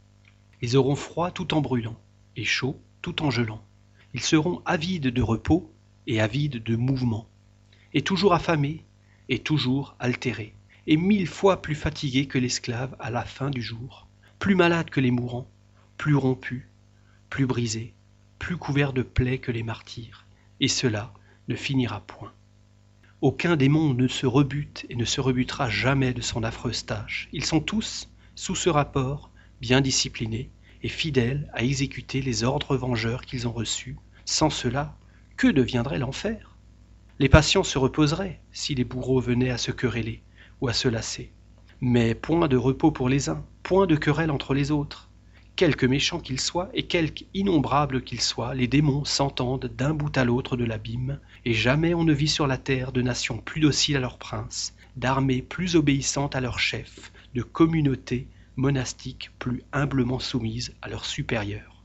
Ils auront froid tout en brûlant, et chaud tout en gelant. Ils seront avides de repos et avides de mouvement, et toujours affamés, et toujours altérés, et mille fois plus fatigués que l'esclave à la fin du jour, plus malades que les mourants, plus rompus, plus brisés, plus couverts de plaies que les martyrs, et cela ne finira point. Aucun démon ne se rebute et ne se rebutera jamais de son affreuse tâche. Ils sont tous, sous ce rapport, bien disciplinés et fidèles à exécuter les ordres vengeurs qu'ils ont reçus. Sans cela, que deviendrait l'enfer? Les patients se reposeraient si les bourreaux venaient à se quereller ou à se lasser. Mais point de repos pour les uns, point de querelle entre les autres. Quelque méchants qu'ils soient et quelque innombrables qu'ils soient, les démons s'entendent d'un bout à l'autre de l'abîme, et jamais on ne vit sur la terre de nations plus dociles à leur prince, d'armées plus obéissantes à leur chef, de communautés monastiques plus humblement soumises à leurs supérieurs.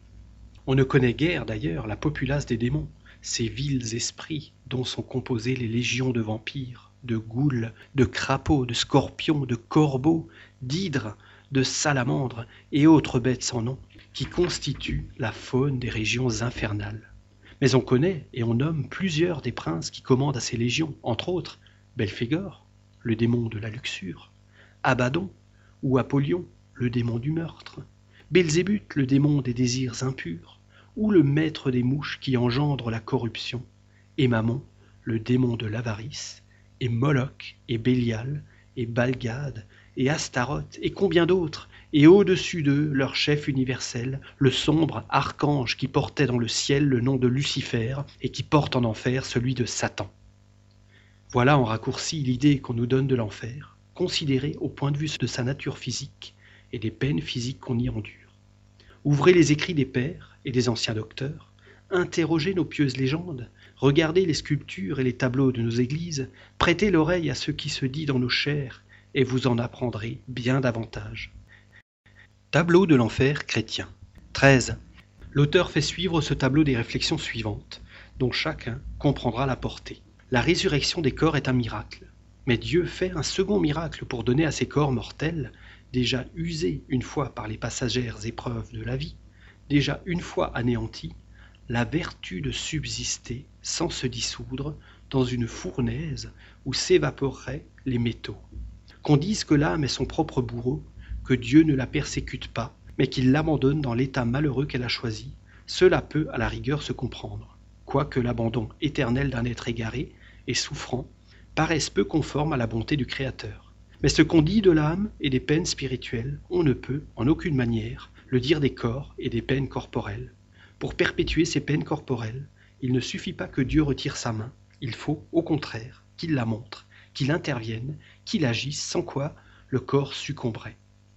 On ne connaît guère d'ailleurs la populace des démons, ces vils esprits dont sont composées les légions de vampires, de goules, de crapauds, de scorpions, de corbeaux, d'hydres, de salamandres et autres bêtes sans nom, qui constituent la faune des régions infernales. Mais on connaît et on nomme plusieurs des princes qui commandent à ces légions, entre autres Belphégor, le démon de la luxure, Abaddon ou Apollyon, le démon du meurtre, Belzébuth, le démon des désirs impurs, ou le maître des mouches qui engendre la corruption, et Mammon, le démon de l'avarice, et Moloch, et Bélial, et Balgade, et Astaroth, et combien d'autres, et au-dessus d'eux, leur chef universel, le sombre archange qui portait dans le ciel le nom de Lucifer, et qui porte en enfer celui de Satan. Voilà en raccourci l'idée qu'on nous donne de l'enfer, considérée au point de vue de sa nature physique et des peines physiques qu'on y endure. Ouvrez les écrits des pères et des anciens docteurs, interrogez nos pieuses légendes, regardez les sculptures et les tableaux de nos églises, prêtez l'oreille à ce qui se dit dans nos chairs, et vous en apprendrez bien davantage. Tableau de l'enfer chrétien. treize. L'auteur fait suivre ce tableau des réflexions suivantes, dont chacun comprendra la portée. La résurrection des corps est un miracle, mais Dieu fait un second miracle pour donner à ces corps mortels, déjà usés une fois par les passagères épreuves de la vie, déjà une fois anéantis, la vertu de subsister sans se dissoudre dans une fournaise où s'évaporeraient les métaux. Qu'on dise que l'âme est son propre bourreau, que Dieu ne la persécute pas, mais qu'il l'abandonne dans l'état malheureux qu'elle a choisi, cela peut à la rigueur se comprendre, quoique l'abandon éternel d'un être égaré et souffrant paraisse peu conforme à la bonté du Créateur. Mais ce qu'on dit de l'âme et des peines spirituelles, on ne peut, en aucune manière, le dire des corps et des peines corporelles. Pour perpétuer ces peines corporelles, il ne suffit pas que Dieu retire sa main, il faut, au contraire, qu'il la montre, qu'il intervienne, qu'il agisse, sans quoi le corps succomberait.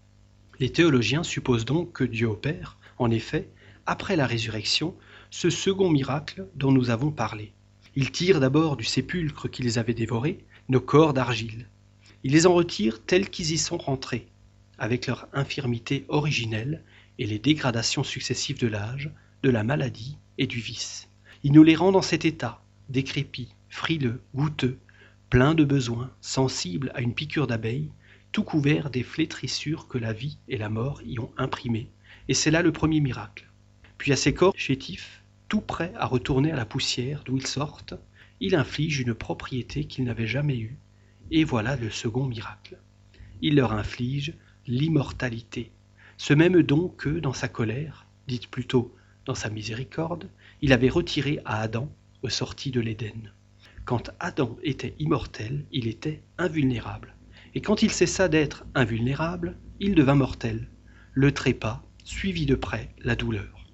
Les théologiens supposent donc que Dieu opère, en effet, après la résurrection, ce second miracle dont nous avons parlé. Il tire d'abord du sépulcre qui les avait dévorés nos corps d'argile. Il les en retire tels qu'ils y sont rentrés, avec leur infirmité originelle et les dégradations successives de l'âge, de la maladie et du vice. Il nous les rend dans cet état, décrépits, frileux, goutteux, pleins de besoins, sensibles à une piqûre d'abeille, tout couverts des flétrissures que la vie et la mort y ont imprimées, et c'est là le premier miracle. Puis à ces corps chétifs, tout prêts à retourner à la poussière d'où ils sortent, il inflige une propriété qu'ils n'avaient jamais eue, et voilà le second miracle. Il leur inflige l'immortalité, ce même don que, dans sa colère, dites plutôt dans sa miséricorde, il avait retiré à Adam au sorti de l'Éden. Quand Adam était immortel, il était invulnérable. Et quand il cessa d'être invulnérable, il devint mortel. Le trépas suivit de près la douleur.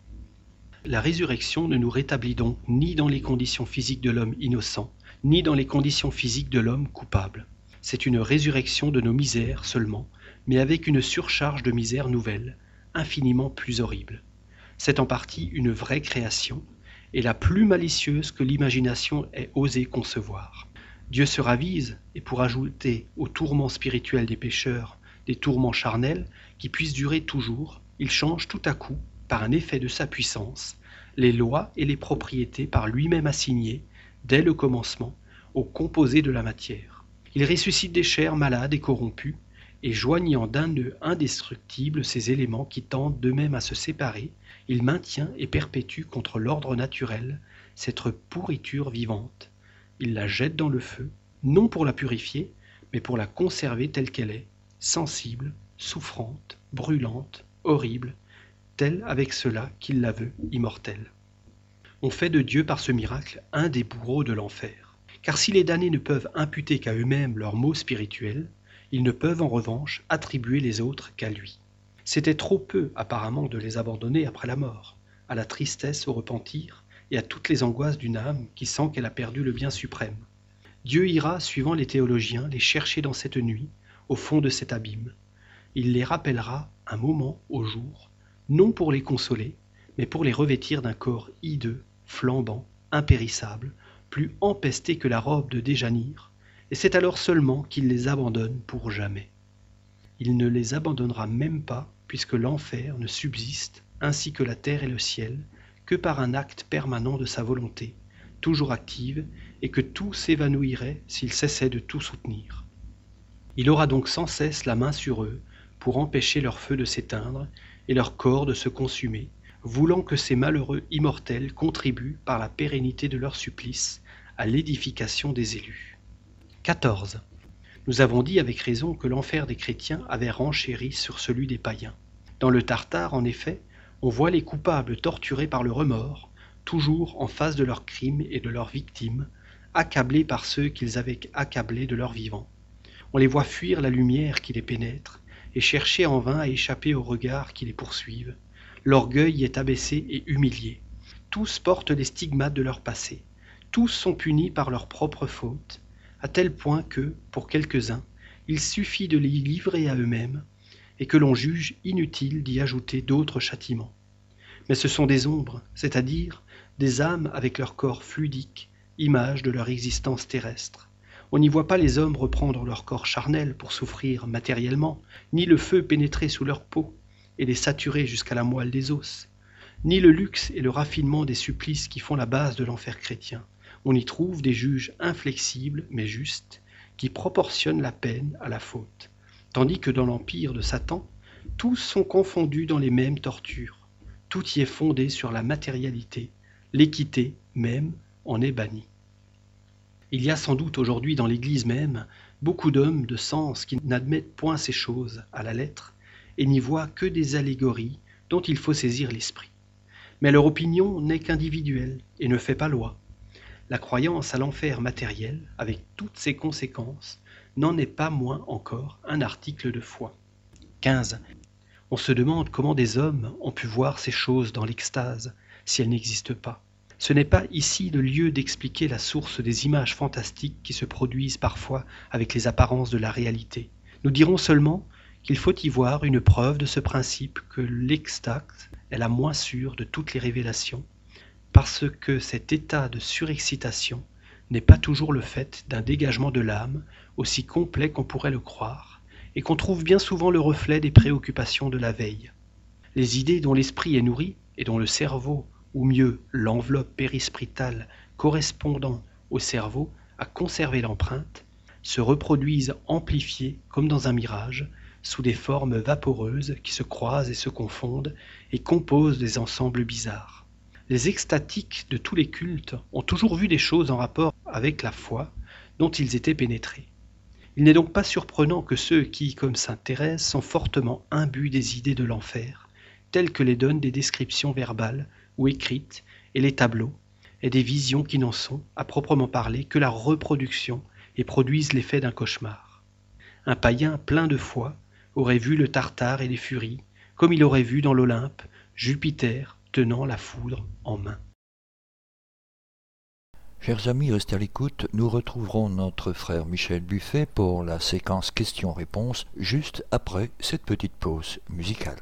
La résurrection ne nous rétablit donc ni dans les conditions physiques de l'homme innocent, ni dans les conditions physiques de l'homme coupable. C'est une résurrection de nos misères seulement, mais avec une surcharge de misères nouvelles, infiniment plus horribles. C'est en partie une vraie création, et la plus malicieuse que l'imagination ait osé concevoir. Dieu se ravise, et pour ajouter aux tourments spirituels des pécheurs des tourments charnels qui puissent durer toujours, il change tout à coup, par un effet de sa puissance, les lois et les propriétés par lui-même assignées, dès le commencement, aux composés de la matière. Il ressuscite des chairs malades et corrompues, et joignant d'un nœud indestructible ces éléments qui tendent d'eux-mêmes à se séparer, il maintient et perpétue contre l'ordre naturel cette pourriture vivante. Il la jette dans le feu, non pour la purifier, mais pour la conserver telle qu'elle est, sensible, souffrante, brûlante, horrible, telle avec cela qu'il la veut immortelle. On fait de Dieu par ce miracle un des bourreaux de l'enfer. Car si les damnés ne peuvent imputer qu'à eux-mêmes leurs maux spirituels, ils ne peuvent en revanche attribuer les autres qu'à lui. C'était trop peu apparemment de les abandonner après la mort, à la tristesse, au repentir et à toutes les angoisses d'une âme qui sent qu'elle a perdu le bien suprême. Dieu ira, suivant les théologiens, les chercher dans cette nuit, au fond de cet abîme. Il les rappellera un moment au jour, non pour les consoler, mais pour les revêtir d'un corps hideux, flambant, impérissable, plus empesté que la robe de Déjanire, et c'est alors seulement qu'il les abandonne pour jamais. Il ne les abandonnera même pas, puisque l'enfer ne subsiste, ainsi que la terre et le ciel, que par un acte permanent de sa volonté, toujours active, et que tout s'évanouirait s'il cessait de tout soutenir. Il aura donc sans cesse la main sur eux, pour empêcher leur feu de s'éteindre, et leur corps de se consumer, voulant que ces malheureux immortels contribuent par la pérennité de leur supplice à l'édification des élus. quatorze. Nous avons dit avec raison que l'enfer des chrétiens avait renchéri sur celui des païens. Dans le Tartare, en effet, on voit les coupables torturés par le remords, toujours en face de leurs crimes et de leurs victimes, accablés par ceux qu'ils avaient accablés de leur vivant. On les voit fuir la lumière qui les pénètre et chercher en vain à échapper aux regards qui les poursuivent. L'orgueil est abaissé et humilié. Tous portent les stigmates de leur passé. Tous sont punis par leurs propres fautes, à tel point que, pour quelques-uns, il suffit de les livrer à eux-mêmes et que l'on juge inutile d'y ajouter d'autres châtiments. Mais ce sont des ombres, c'est-à-dire des âmes avec leur corps fluidique, image de leur existence terrestre. On n'y voit pas les hommes reprendre leur corps charnel pour souffrir matériellement, ni le feu pénétrer sous leur peau et les saturer jusqu'à la moelle des os, ni le luxe et le raffinement des supplices qui font la base de l'enfer chrétien. On y trouve des juges inflexibles mais justes, qui proportionnent la peine à la faute, tandis que dans l'empire de Satan, tous sont confondus dans les mêmes tortures. Tout y est fondé sur la matérialité, l'équité même en est bannie. Il y a sans doute aujourd'hui dans l'Église même beaucoup d'hommes de sens qui n'admettent point ces choses à la lettre et n'y voient que des allégories dont il faut saisir l'esprit. Mais leur opinion n'est qu'individuelle et ne fait pas loi. La croyance à l'enfer matériel, avec toutes ses conséquences, n'en est pas moins encore un article de foi. quinze. On se demande comment des hommes ont pu voir ces choses dans l'extase, si elles n'existent pas. Ce n'est pas ici le lieu d'expliquer la source des images fantastiques qui se produisent parfois avec les apparences de la réalité. Nous dirons seulement qu'il faut y voir une preuve de ce principe que l'extase est la moins sûre de toutes les révélations, parce que cet état de surexcitation n'est pas toujours le fait d'un dégagement de l'âme aussi complet qu'on pourrait le croire, et qu'on trouve bien souvent le reflet des préoccupations de la veille. Les idées dont l'esprit est nourri et dont le cerveau, ou mieux l'enveloppe périspritale correspondant au cerveau a conservé l'empreinte, se reproduisent amplifiées comme dans un mirage, sous des formes vaporeuses qui se croisent et se confondent et composent des ensembles bizarres. Les extatiques de tous les cultes ont toujours vu des choses en rapport avec la foi dont ils étaient pénétrés. Il n'est donc pas surprenant que ceux qui, comme sainte Thérèse, sont fortement imbus des idées de l'enfer, telles que les donnent des descriptions verbales ou écrites et les tableaux, et des visions qui n'en sont, à proprement parler, que la reproduction et produisent l'effet d'un cauchemar. Un païen plein de foi aurait vu le Tartare et les Furies, comme il aurait vu dans l'Olympe Jupiter tenant la foudre en main. Chers amis, restez à l'écoute, nous retrouverons notre frère Michel Buffet pour la séquence questions-réponses juste après cette petite pause musicale.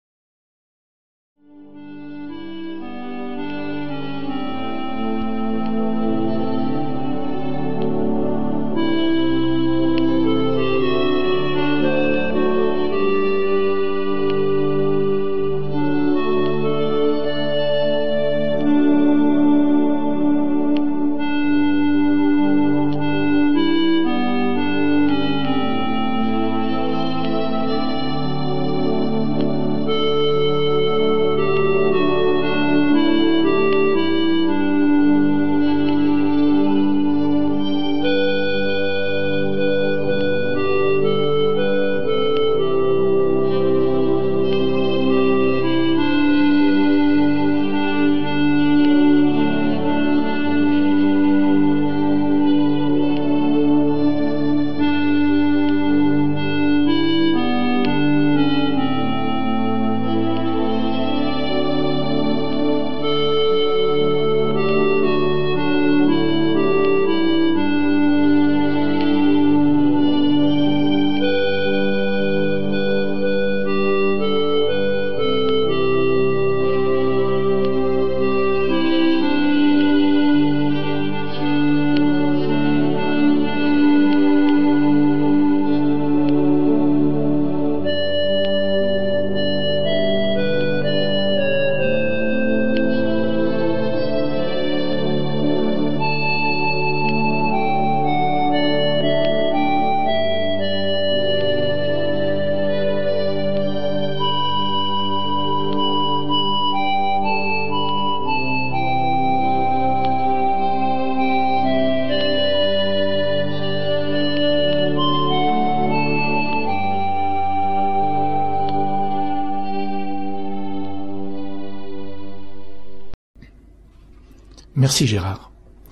Merci Gérard.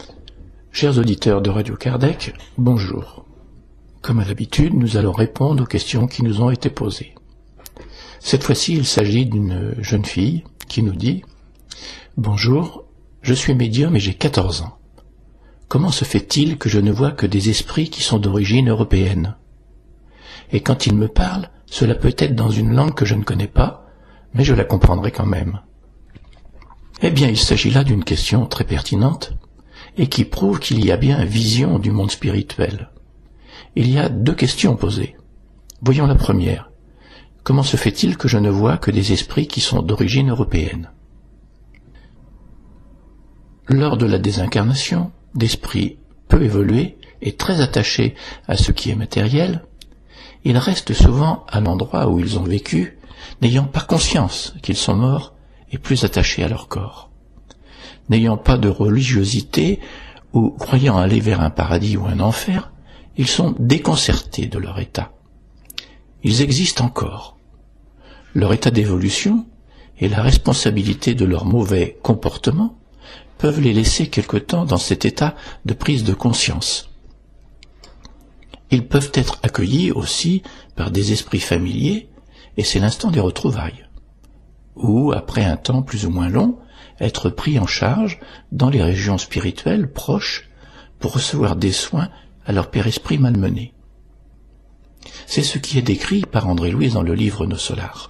Chers auditeurs de Radio Kardec, bonjour. Comme à l'habitude, nous allons répondre aux questions qui nous ont été posées. Cette fois-ci, il s'agit d'une jeune fille qui nous dit « Bonjour, je suis médium et j'ai quatorze ans. Comment se fait-il que je ne vois que des esprits qui sont d'origine européenne ? Et quand ils me parlent, cela peut être dans une langue que je ne connais pas, mais je la comprendrai quand même. » Eh bien, il s'agit là d'une question très pertinente et qui prouve qu'il y a bien vision du monde spirituel. Il y a deux questions posées. Voyons la première. Comment se fait-il que je ne vois que des esprits qui sont d'origine européenne ? Lors de la désincarnation, d'esprits peu évolués et très attachés à ce qui est matériel, ils restent souvent à l'endroit où ils ont vécu, n'ayant pas conscience qu'ils sont morts et plus attachés à leur corps. N'ayant pas de religiosité ou croyant aller vers un paradis ou un enfer, ils sont déconcertés de leur état. Ils existent encore. Leur état d'évolution et la responsabilité de leur mauvais comportement peuvent les laisser quelque temps dans cet état de prise de conscience. Ils peuvent être accueillis aussi par des esprits familiers, et c'est l'instant des retrouvailles. Ou, après un temps plus ou moins long, être pris en charge dans les régions spirituelles proches pour recevoir des soins à leur père-esprit malmené. C'est ce qui est décrit par André Louise dans le livre Nos Solars.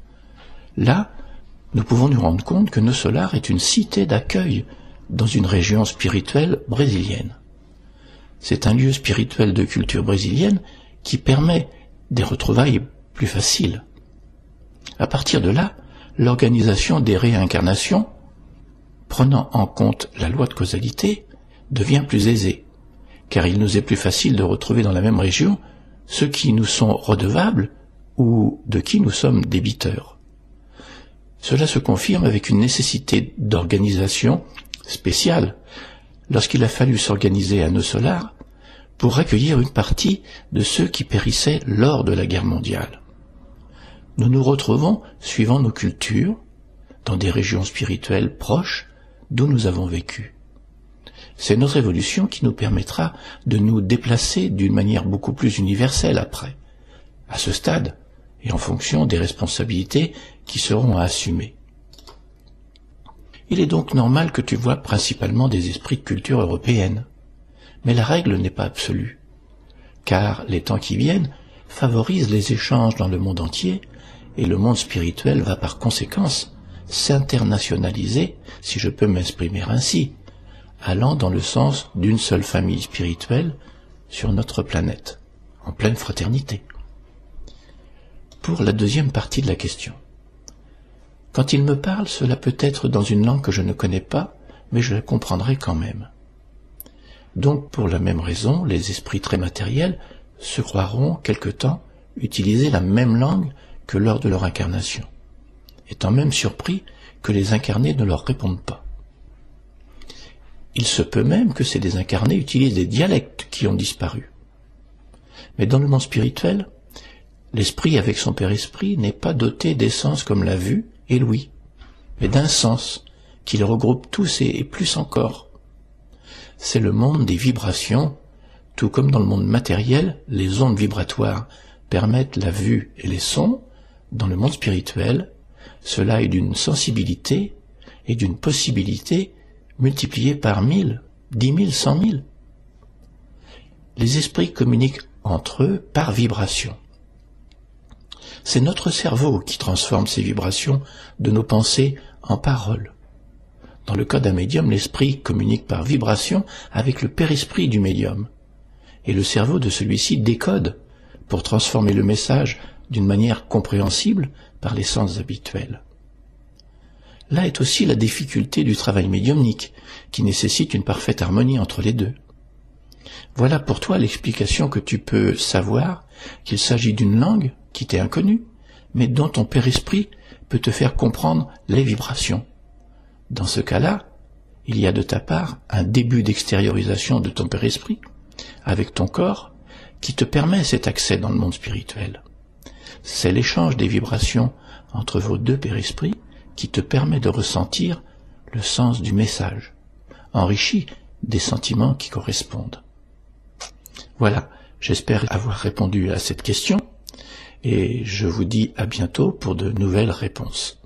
Là, nous pouvons nous rendre compte que Nos Solars est une cité d'accueil dans une région spirituelle brésilienne. C'est un lieu spirituel de culture brésilienne qui permet des retrouvailles plus faciles. À partir de là, l'organisation des réincarnations, prenant en compte la loi de causalité, devient plus aisée, car il nous est plus facile de retrouver dans la même région ceux qui nous sont redevables ou de qui nous sommes débiteurs. Cela se confirme avec une nécessité d'organisation spéciale lorsqu'il a fallu s'organiser à Nos Solars pour accueillir une partie de ceux qui périssaient lors de la guerre mondiale. Nous nous retrouvons, suivant nos cultures, dans des régions spirituelles proches d'où nous avons vécu. C'est notre évolution qui nous permettra de nous déplacer d'une manière beaucoup plus universelle après, à ce stade, et en fonction des responsabilités qui seront à assumer. Il est donc normal que tu vois principalement des esprits de culture européenne, mais la règle n'est pas absolue, car les temps qui viennent favorisent les échanges dans le monde entier, et le monde spirituel va par conséquence s'internationaliser, si je peux m'exprimer ainsi, allant dans le sens d'une seule famille spirituelle sur notre planète, en pleine fraternité. Pour la deuxième partie de la question. Quand il me parle, cela peut être dans une langue que je ne connais pas, mais je la comprendrai quand même. Donc, pour la même raison, les esprits très matériels se croiront quelque temps utiliser la même langue que lors de leur incarnation, étant même surpris que les incarnés ne leur répondent pas. Il se peut même que ces désincarnés utilisent des dialectes qui ont disparu. Mais dans le monde spirituel, l'esprit avec son père-esprit n'est pas doté d'essence comme la vue et l'ouïe, mais d'un sens qui les regroupe tous et plus encore. C'est le monde des vibrations, tout comme dans le monde matériel, les ondes vibratoires permettent la vue et les sons. Dans le monde spirituel, cela est d'une sensibilité et d'une possibilité multipliée par mille, dix mille, cent mille. Les esprits communiquent entre eux par vibration. C'est notre cerveau qui transforme ces vibrations de nos pensées en paroles. Dans le cas d'un médium, l'esprit communique par vibration avec le père-esprit du médium, et le cerveau de celui-ci décode pour transformer le message d'une manière compréhensible par les sens habituels. Là est aussi la difficulté du travail médiumnique, qui nécessite une parfaite harmonie entre les deux. Voilà pour toi l'explication que tu peux savoir qu'il s'agit d'une langue qui t'est inconnue, mais dont ton père-esprit peut te faire comprendre les vibrations. Dans ce cas-là, il y a de ta part un début d'extériorisation de ton père-esprit, avec ton corps, qui te permet cet accès dans le monde spirituel. C'est l'échange des vibrations entre vos deux père-esprits qui te permet de ressentir le sens du message, enrichi des sentiments qui correspondent. Voilà, j'espère avoir répondu à cette question, et je vous dis à bientôt pour de nouvelles réponses.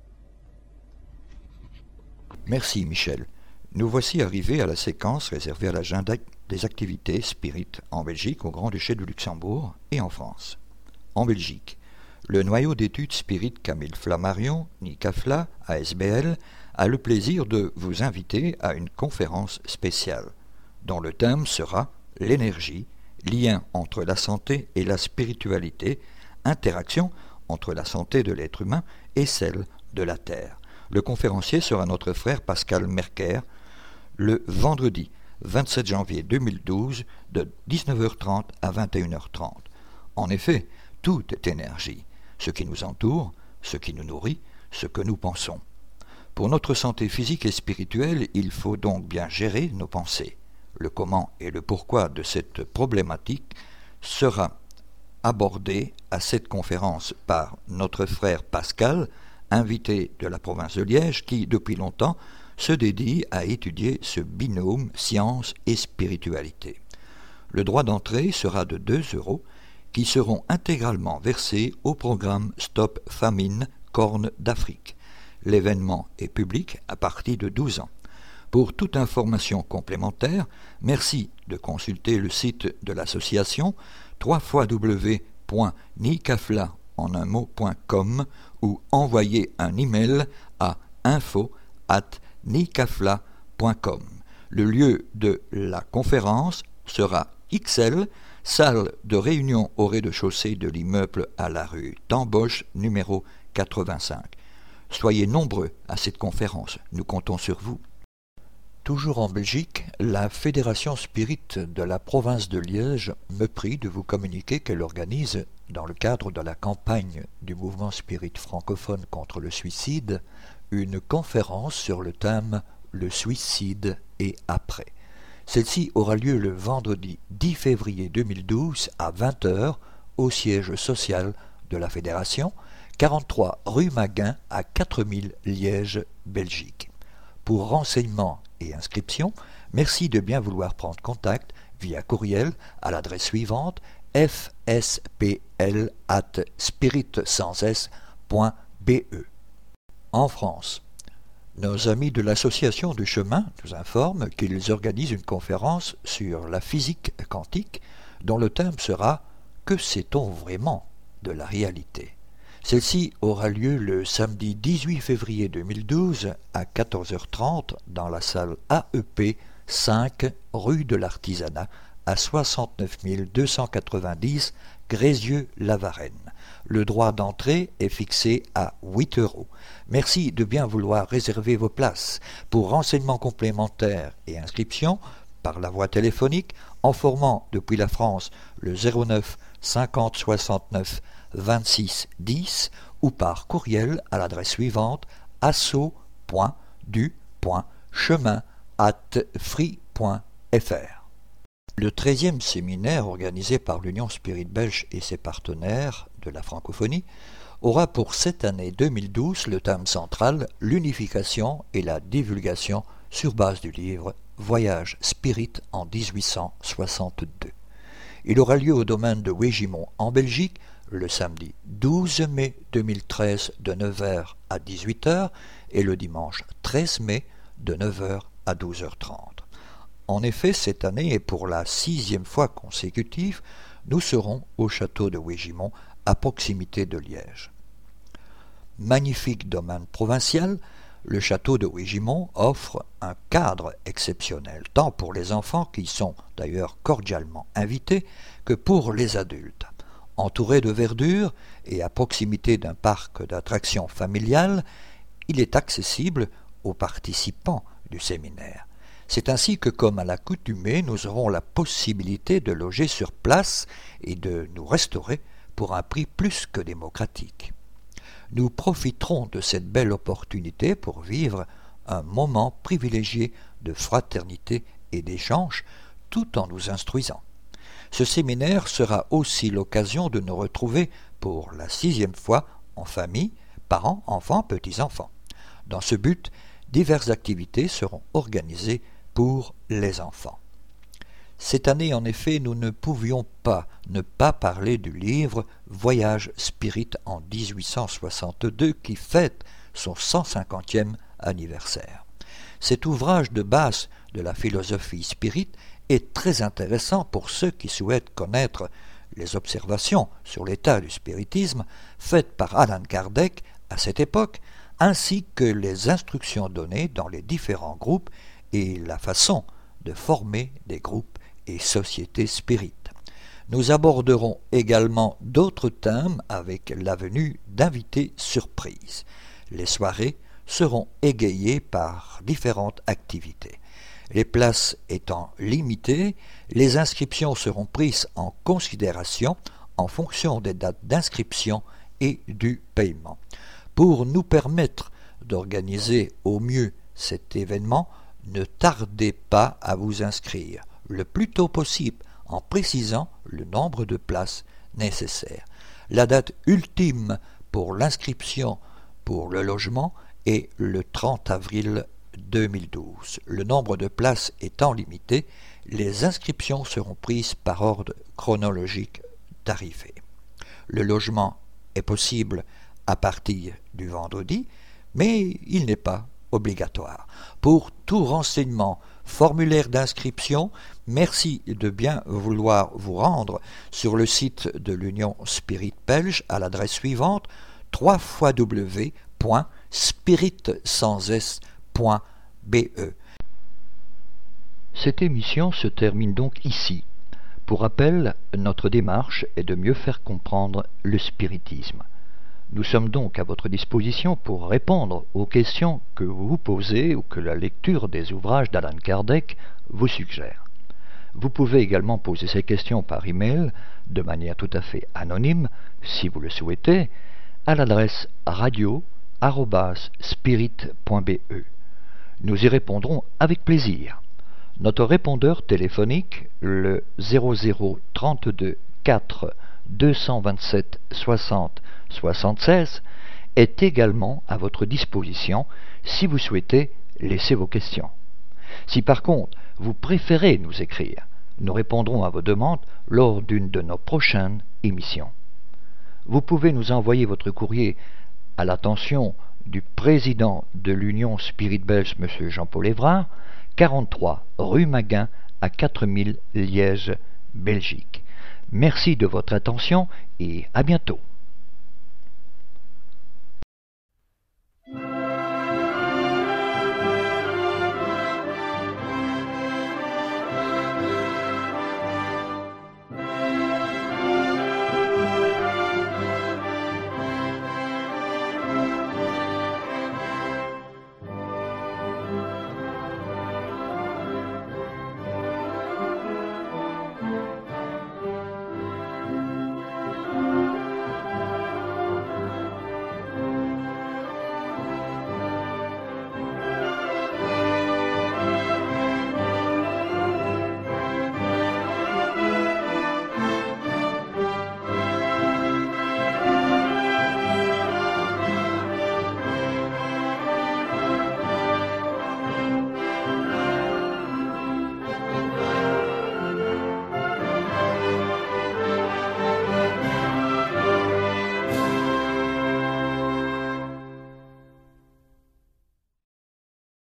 Merci Michel. Nous voici arrivés à la séquence réservée à l'agenda des activités spirites en Belgique, au Grand-Duché de Luxembourg et en France. En Belgique, le noyau d'études spirites Camille Flammarion, NICAFLA, A S B L, a le plaisir de vous inviter à une conférence spéciale, dont le thème sera l'énergie, lien entre la santé et la spiritualité, interaction entre la santé de l'être humain et celle de la Terre. Le conférencier sera notre frère Pascal Merker, le vendredi vingt-sept janvier deux mille douze de dix-neuf heures trente à vingt et une heures trente. En effet, tout est énergie, ce qui nous entoure, ce qui nous nourrit, ce que nous pensons. Pour notre santé physique et spirituelle, il faut donc bien gérer nos pensées. Le comment et le pourquoi de cette problématique sera abordé à cette conférence par notre frère Pascal, invité de la province de Liège, qui, depuis longtemps, se dédie à étudier ce binôme science et spiritualité. Le droit d'entrée sera de deux euros, qui seront intégralement versés au programme Stop Famine Corne d'Afrique. L'événement est public à partir de douze ans. Pour toute information complémentaire, merci de consulter le site de l'association w w w point nicafla en un mot point com ou envoyer un email à info arobase nicafla point com. Le lieu de la conférence sera X L, salle de réunion au rez-de-chaussée de l'immeuble à la rue d'Amboche, numéro quatre-vingt-cinq. Soyez nombreux à cette conférence, nous comptons sur vous. Toujours en Belgique, la Fédération Spirit de la province de Liège me prie de vous communiquer qu'elle organise, dans le cadre de la campagne du mouvement Spirit francophone contre le suicide, une conférence sur le thème « Le suicide et après ». Celle-ci aura lieu le vendredi dix février deux mille douze à vingt heures au siège social de la Fédération, quarante-trois rue Maguin à quatre mille Liège, Belgique. Pour renseignements et inscriptions, merci de bien vouloir prendre contact via courriel à l'adresse suivante f s p l arobase spirit sans s point b e. En France, nos amis de l'association du chemin nous informent qu'ils organisent une conférence sur la physique quantique dont le thème sera « Que sait-on vraiment de la réalité ?» Celle-ci aura lieu le samedi dix-huit février deux mille douze à quatorze heures trente dans la salle A E P cinq rue de l'Artisanat à soixante-neuf mille deux cent quatre-vingt-dix Grézieux-la-Varenne. Le droit d'entrée est fixé à huit euros. Merci de bien vouloir réserver vos places. Pour renseignements complémentaires et inscriptions, par la voie téléphonique, en formant depuis la France le zéro neuf cinquante soixante-neuf vingt-six dix ou par courriel à l'adresse suivante asso point du point chemin arobase free point f r. Le treizième séminaire organisé par l'Union Spirit Belge et ses partenaires de la francophonie aura pour cette année deux mille douze le thème central « L'unification et la divulgation sur base du livre Voyage Spirit en dix-huit cent soixante-deux ». Il aura lieu au domaine de Wégimont en Belgique le samedi douze mai deux mille treize de neuf heures à dix-huit heures et le dimanche treize mai de neuf heures à douze heures trente. En effet, cette année et pour la sixième fois consécutive, nous serons au château de Wégimont à proximité de Liège. Magnifique domaine provincial, le château de Wégimont offre un cadre exceptionnel, tant pour les enfants qui sont d'ailleurs cordialement invités que pour les adultes. Entouré de verdure et à proximité d'un parc d'attractions familiales, il est accessible aux participants du séminaire. C'est ainsi que, comme à l'accoutumée, nous aurons la possibilité de loger sur place et de nous restaurer pour un prix plus que démocratique. Nous profiterons de cette belle opportunité pour vivre un moment privilégié de fraternité et d'échange tout en nous instruisant. Ce séminaire sera aussi l'occasion de nous retrouver pour la sixième fois en famille, parents, enfants, petits-enfants. Dans ce but, diverses activités seront organisées pour les enfants. Cette année, en effet, nous ne pouvions pas ne pas parler du livre Voyage Spirit en dix-huit cent soixante-deux qui fête son cent cinquantième anniversaire. Cet ouvrage de base de la philosophie spirit est très intéressant pour ceux qui souhaitent connaître les observations sur l'état du spiritisme faites par Allan Kardec à cette époque, ainsi que les instructions données dans les différents groupes et la façon de former des groupes et sociétés spirites. Nous aborderons également d'autres thèmes avec la venue d'invités surprises. Les soirées seront égayées par différentes activités. Les places étant limitées, les inscriptions seront prises en considération en fonction des dates d'inscription et du paiement. Pour nous permettre d'organiser au mieux cet événement, ne tardez pas à vous inscrire le plus tôt possible en précisant le nombre de places nécessaires. La date ultime pour l'inscription pour le logement est le trente avril deux mille douze. Le nombre de places étant limité, les inscriptions seront prises par ordre chronologique d'arrivée. Le logement est possible à partir du vendredi, mais il n'est pas obligatoire. Pour tout renseignement, formulaire d'inscription, merci de bien vouloir vous rendre sur le site de l'Union Spirit Belge à l'adresse suivante w w w point spirit sans s point b e. Cette émission se termine donc ici. Pour rappel, notre démarche est de mieux faire comprendre le spiritisme. Nous sommes donc à votre disposition pour répondre aux questions que vous vous posez ou que la lecture des ouvrages d'Allan Kardec vous suggère. Vous pouvez également poser ces questions par email de manière tout à fait anonyme, si vous le souhaitez, à l'adresse radio arobase spirit point b e. Nous y répondrons avec plaisir. Notre répondeur téléphonique, le zéro zéro trente-deux quatre deux cent vingt-sept soixante soixante-seize, est également à votre disposition si vous souhaitez laisser vos questions. Si par contre vous préférez nous écrire, nous répondrons à vos demandes lors d'une de nos prochaines émissions. Vous pouvez nous envoyer votre courrier à l'attention du président de l'Union Spirit Belge, M. Jean-Paul Évrard, quarante-trois rue Maguin à quatre mille Liège, Belgique. Merci de votre attention et à bientôt.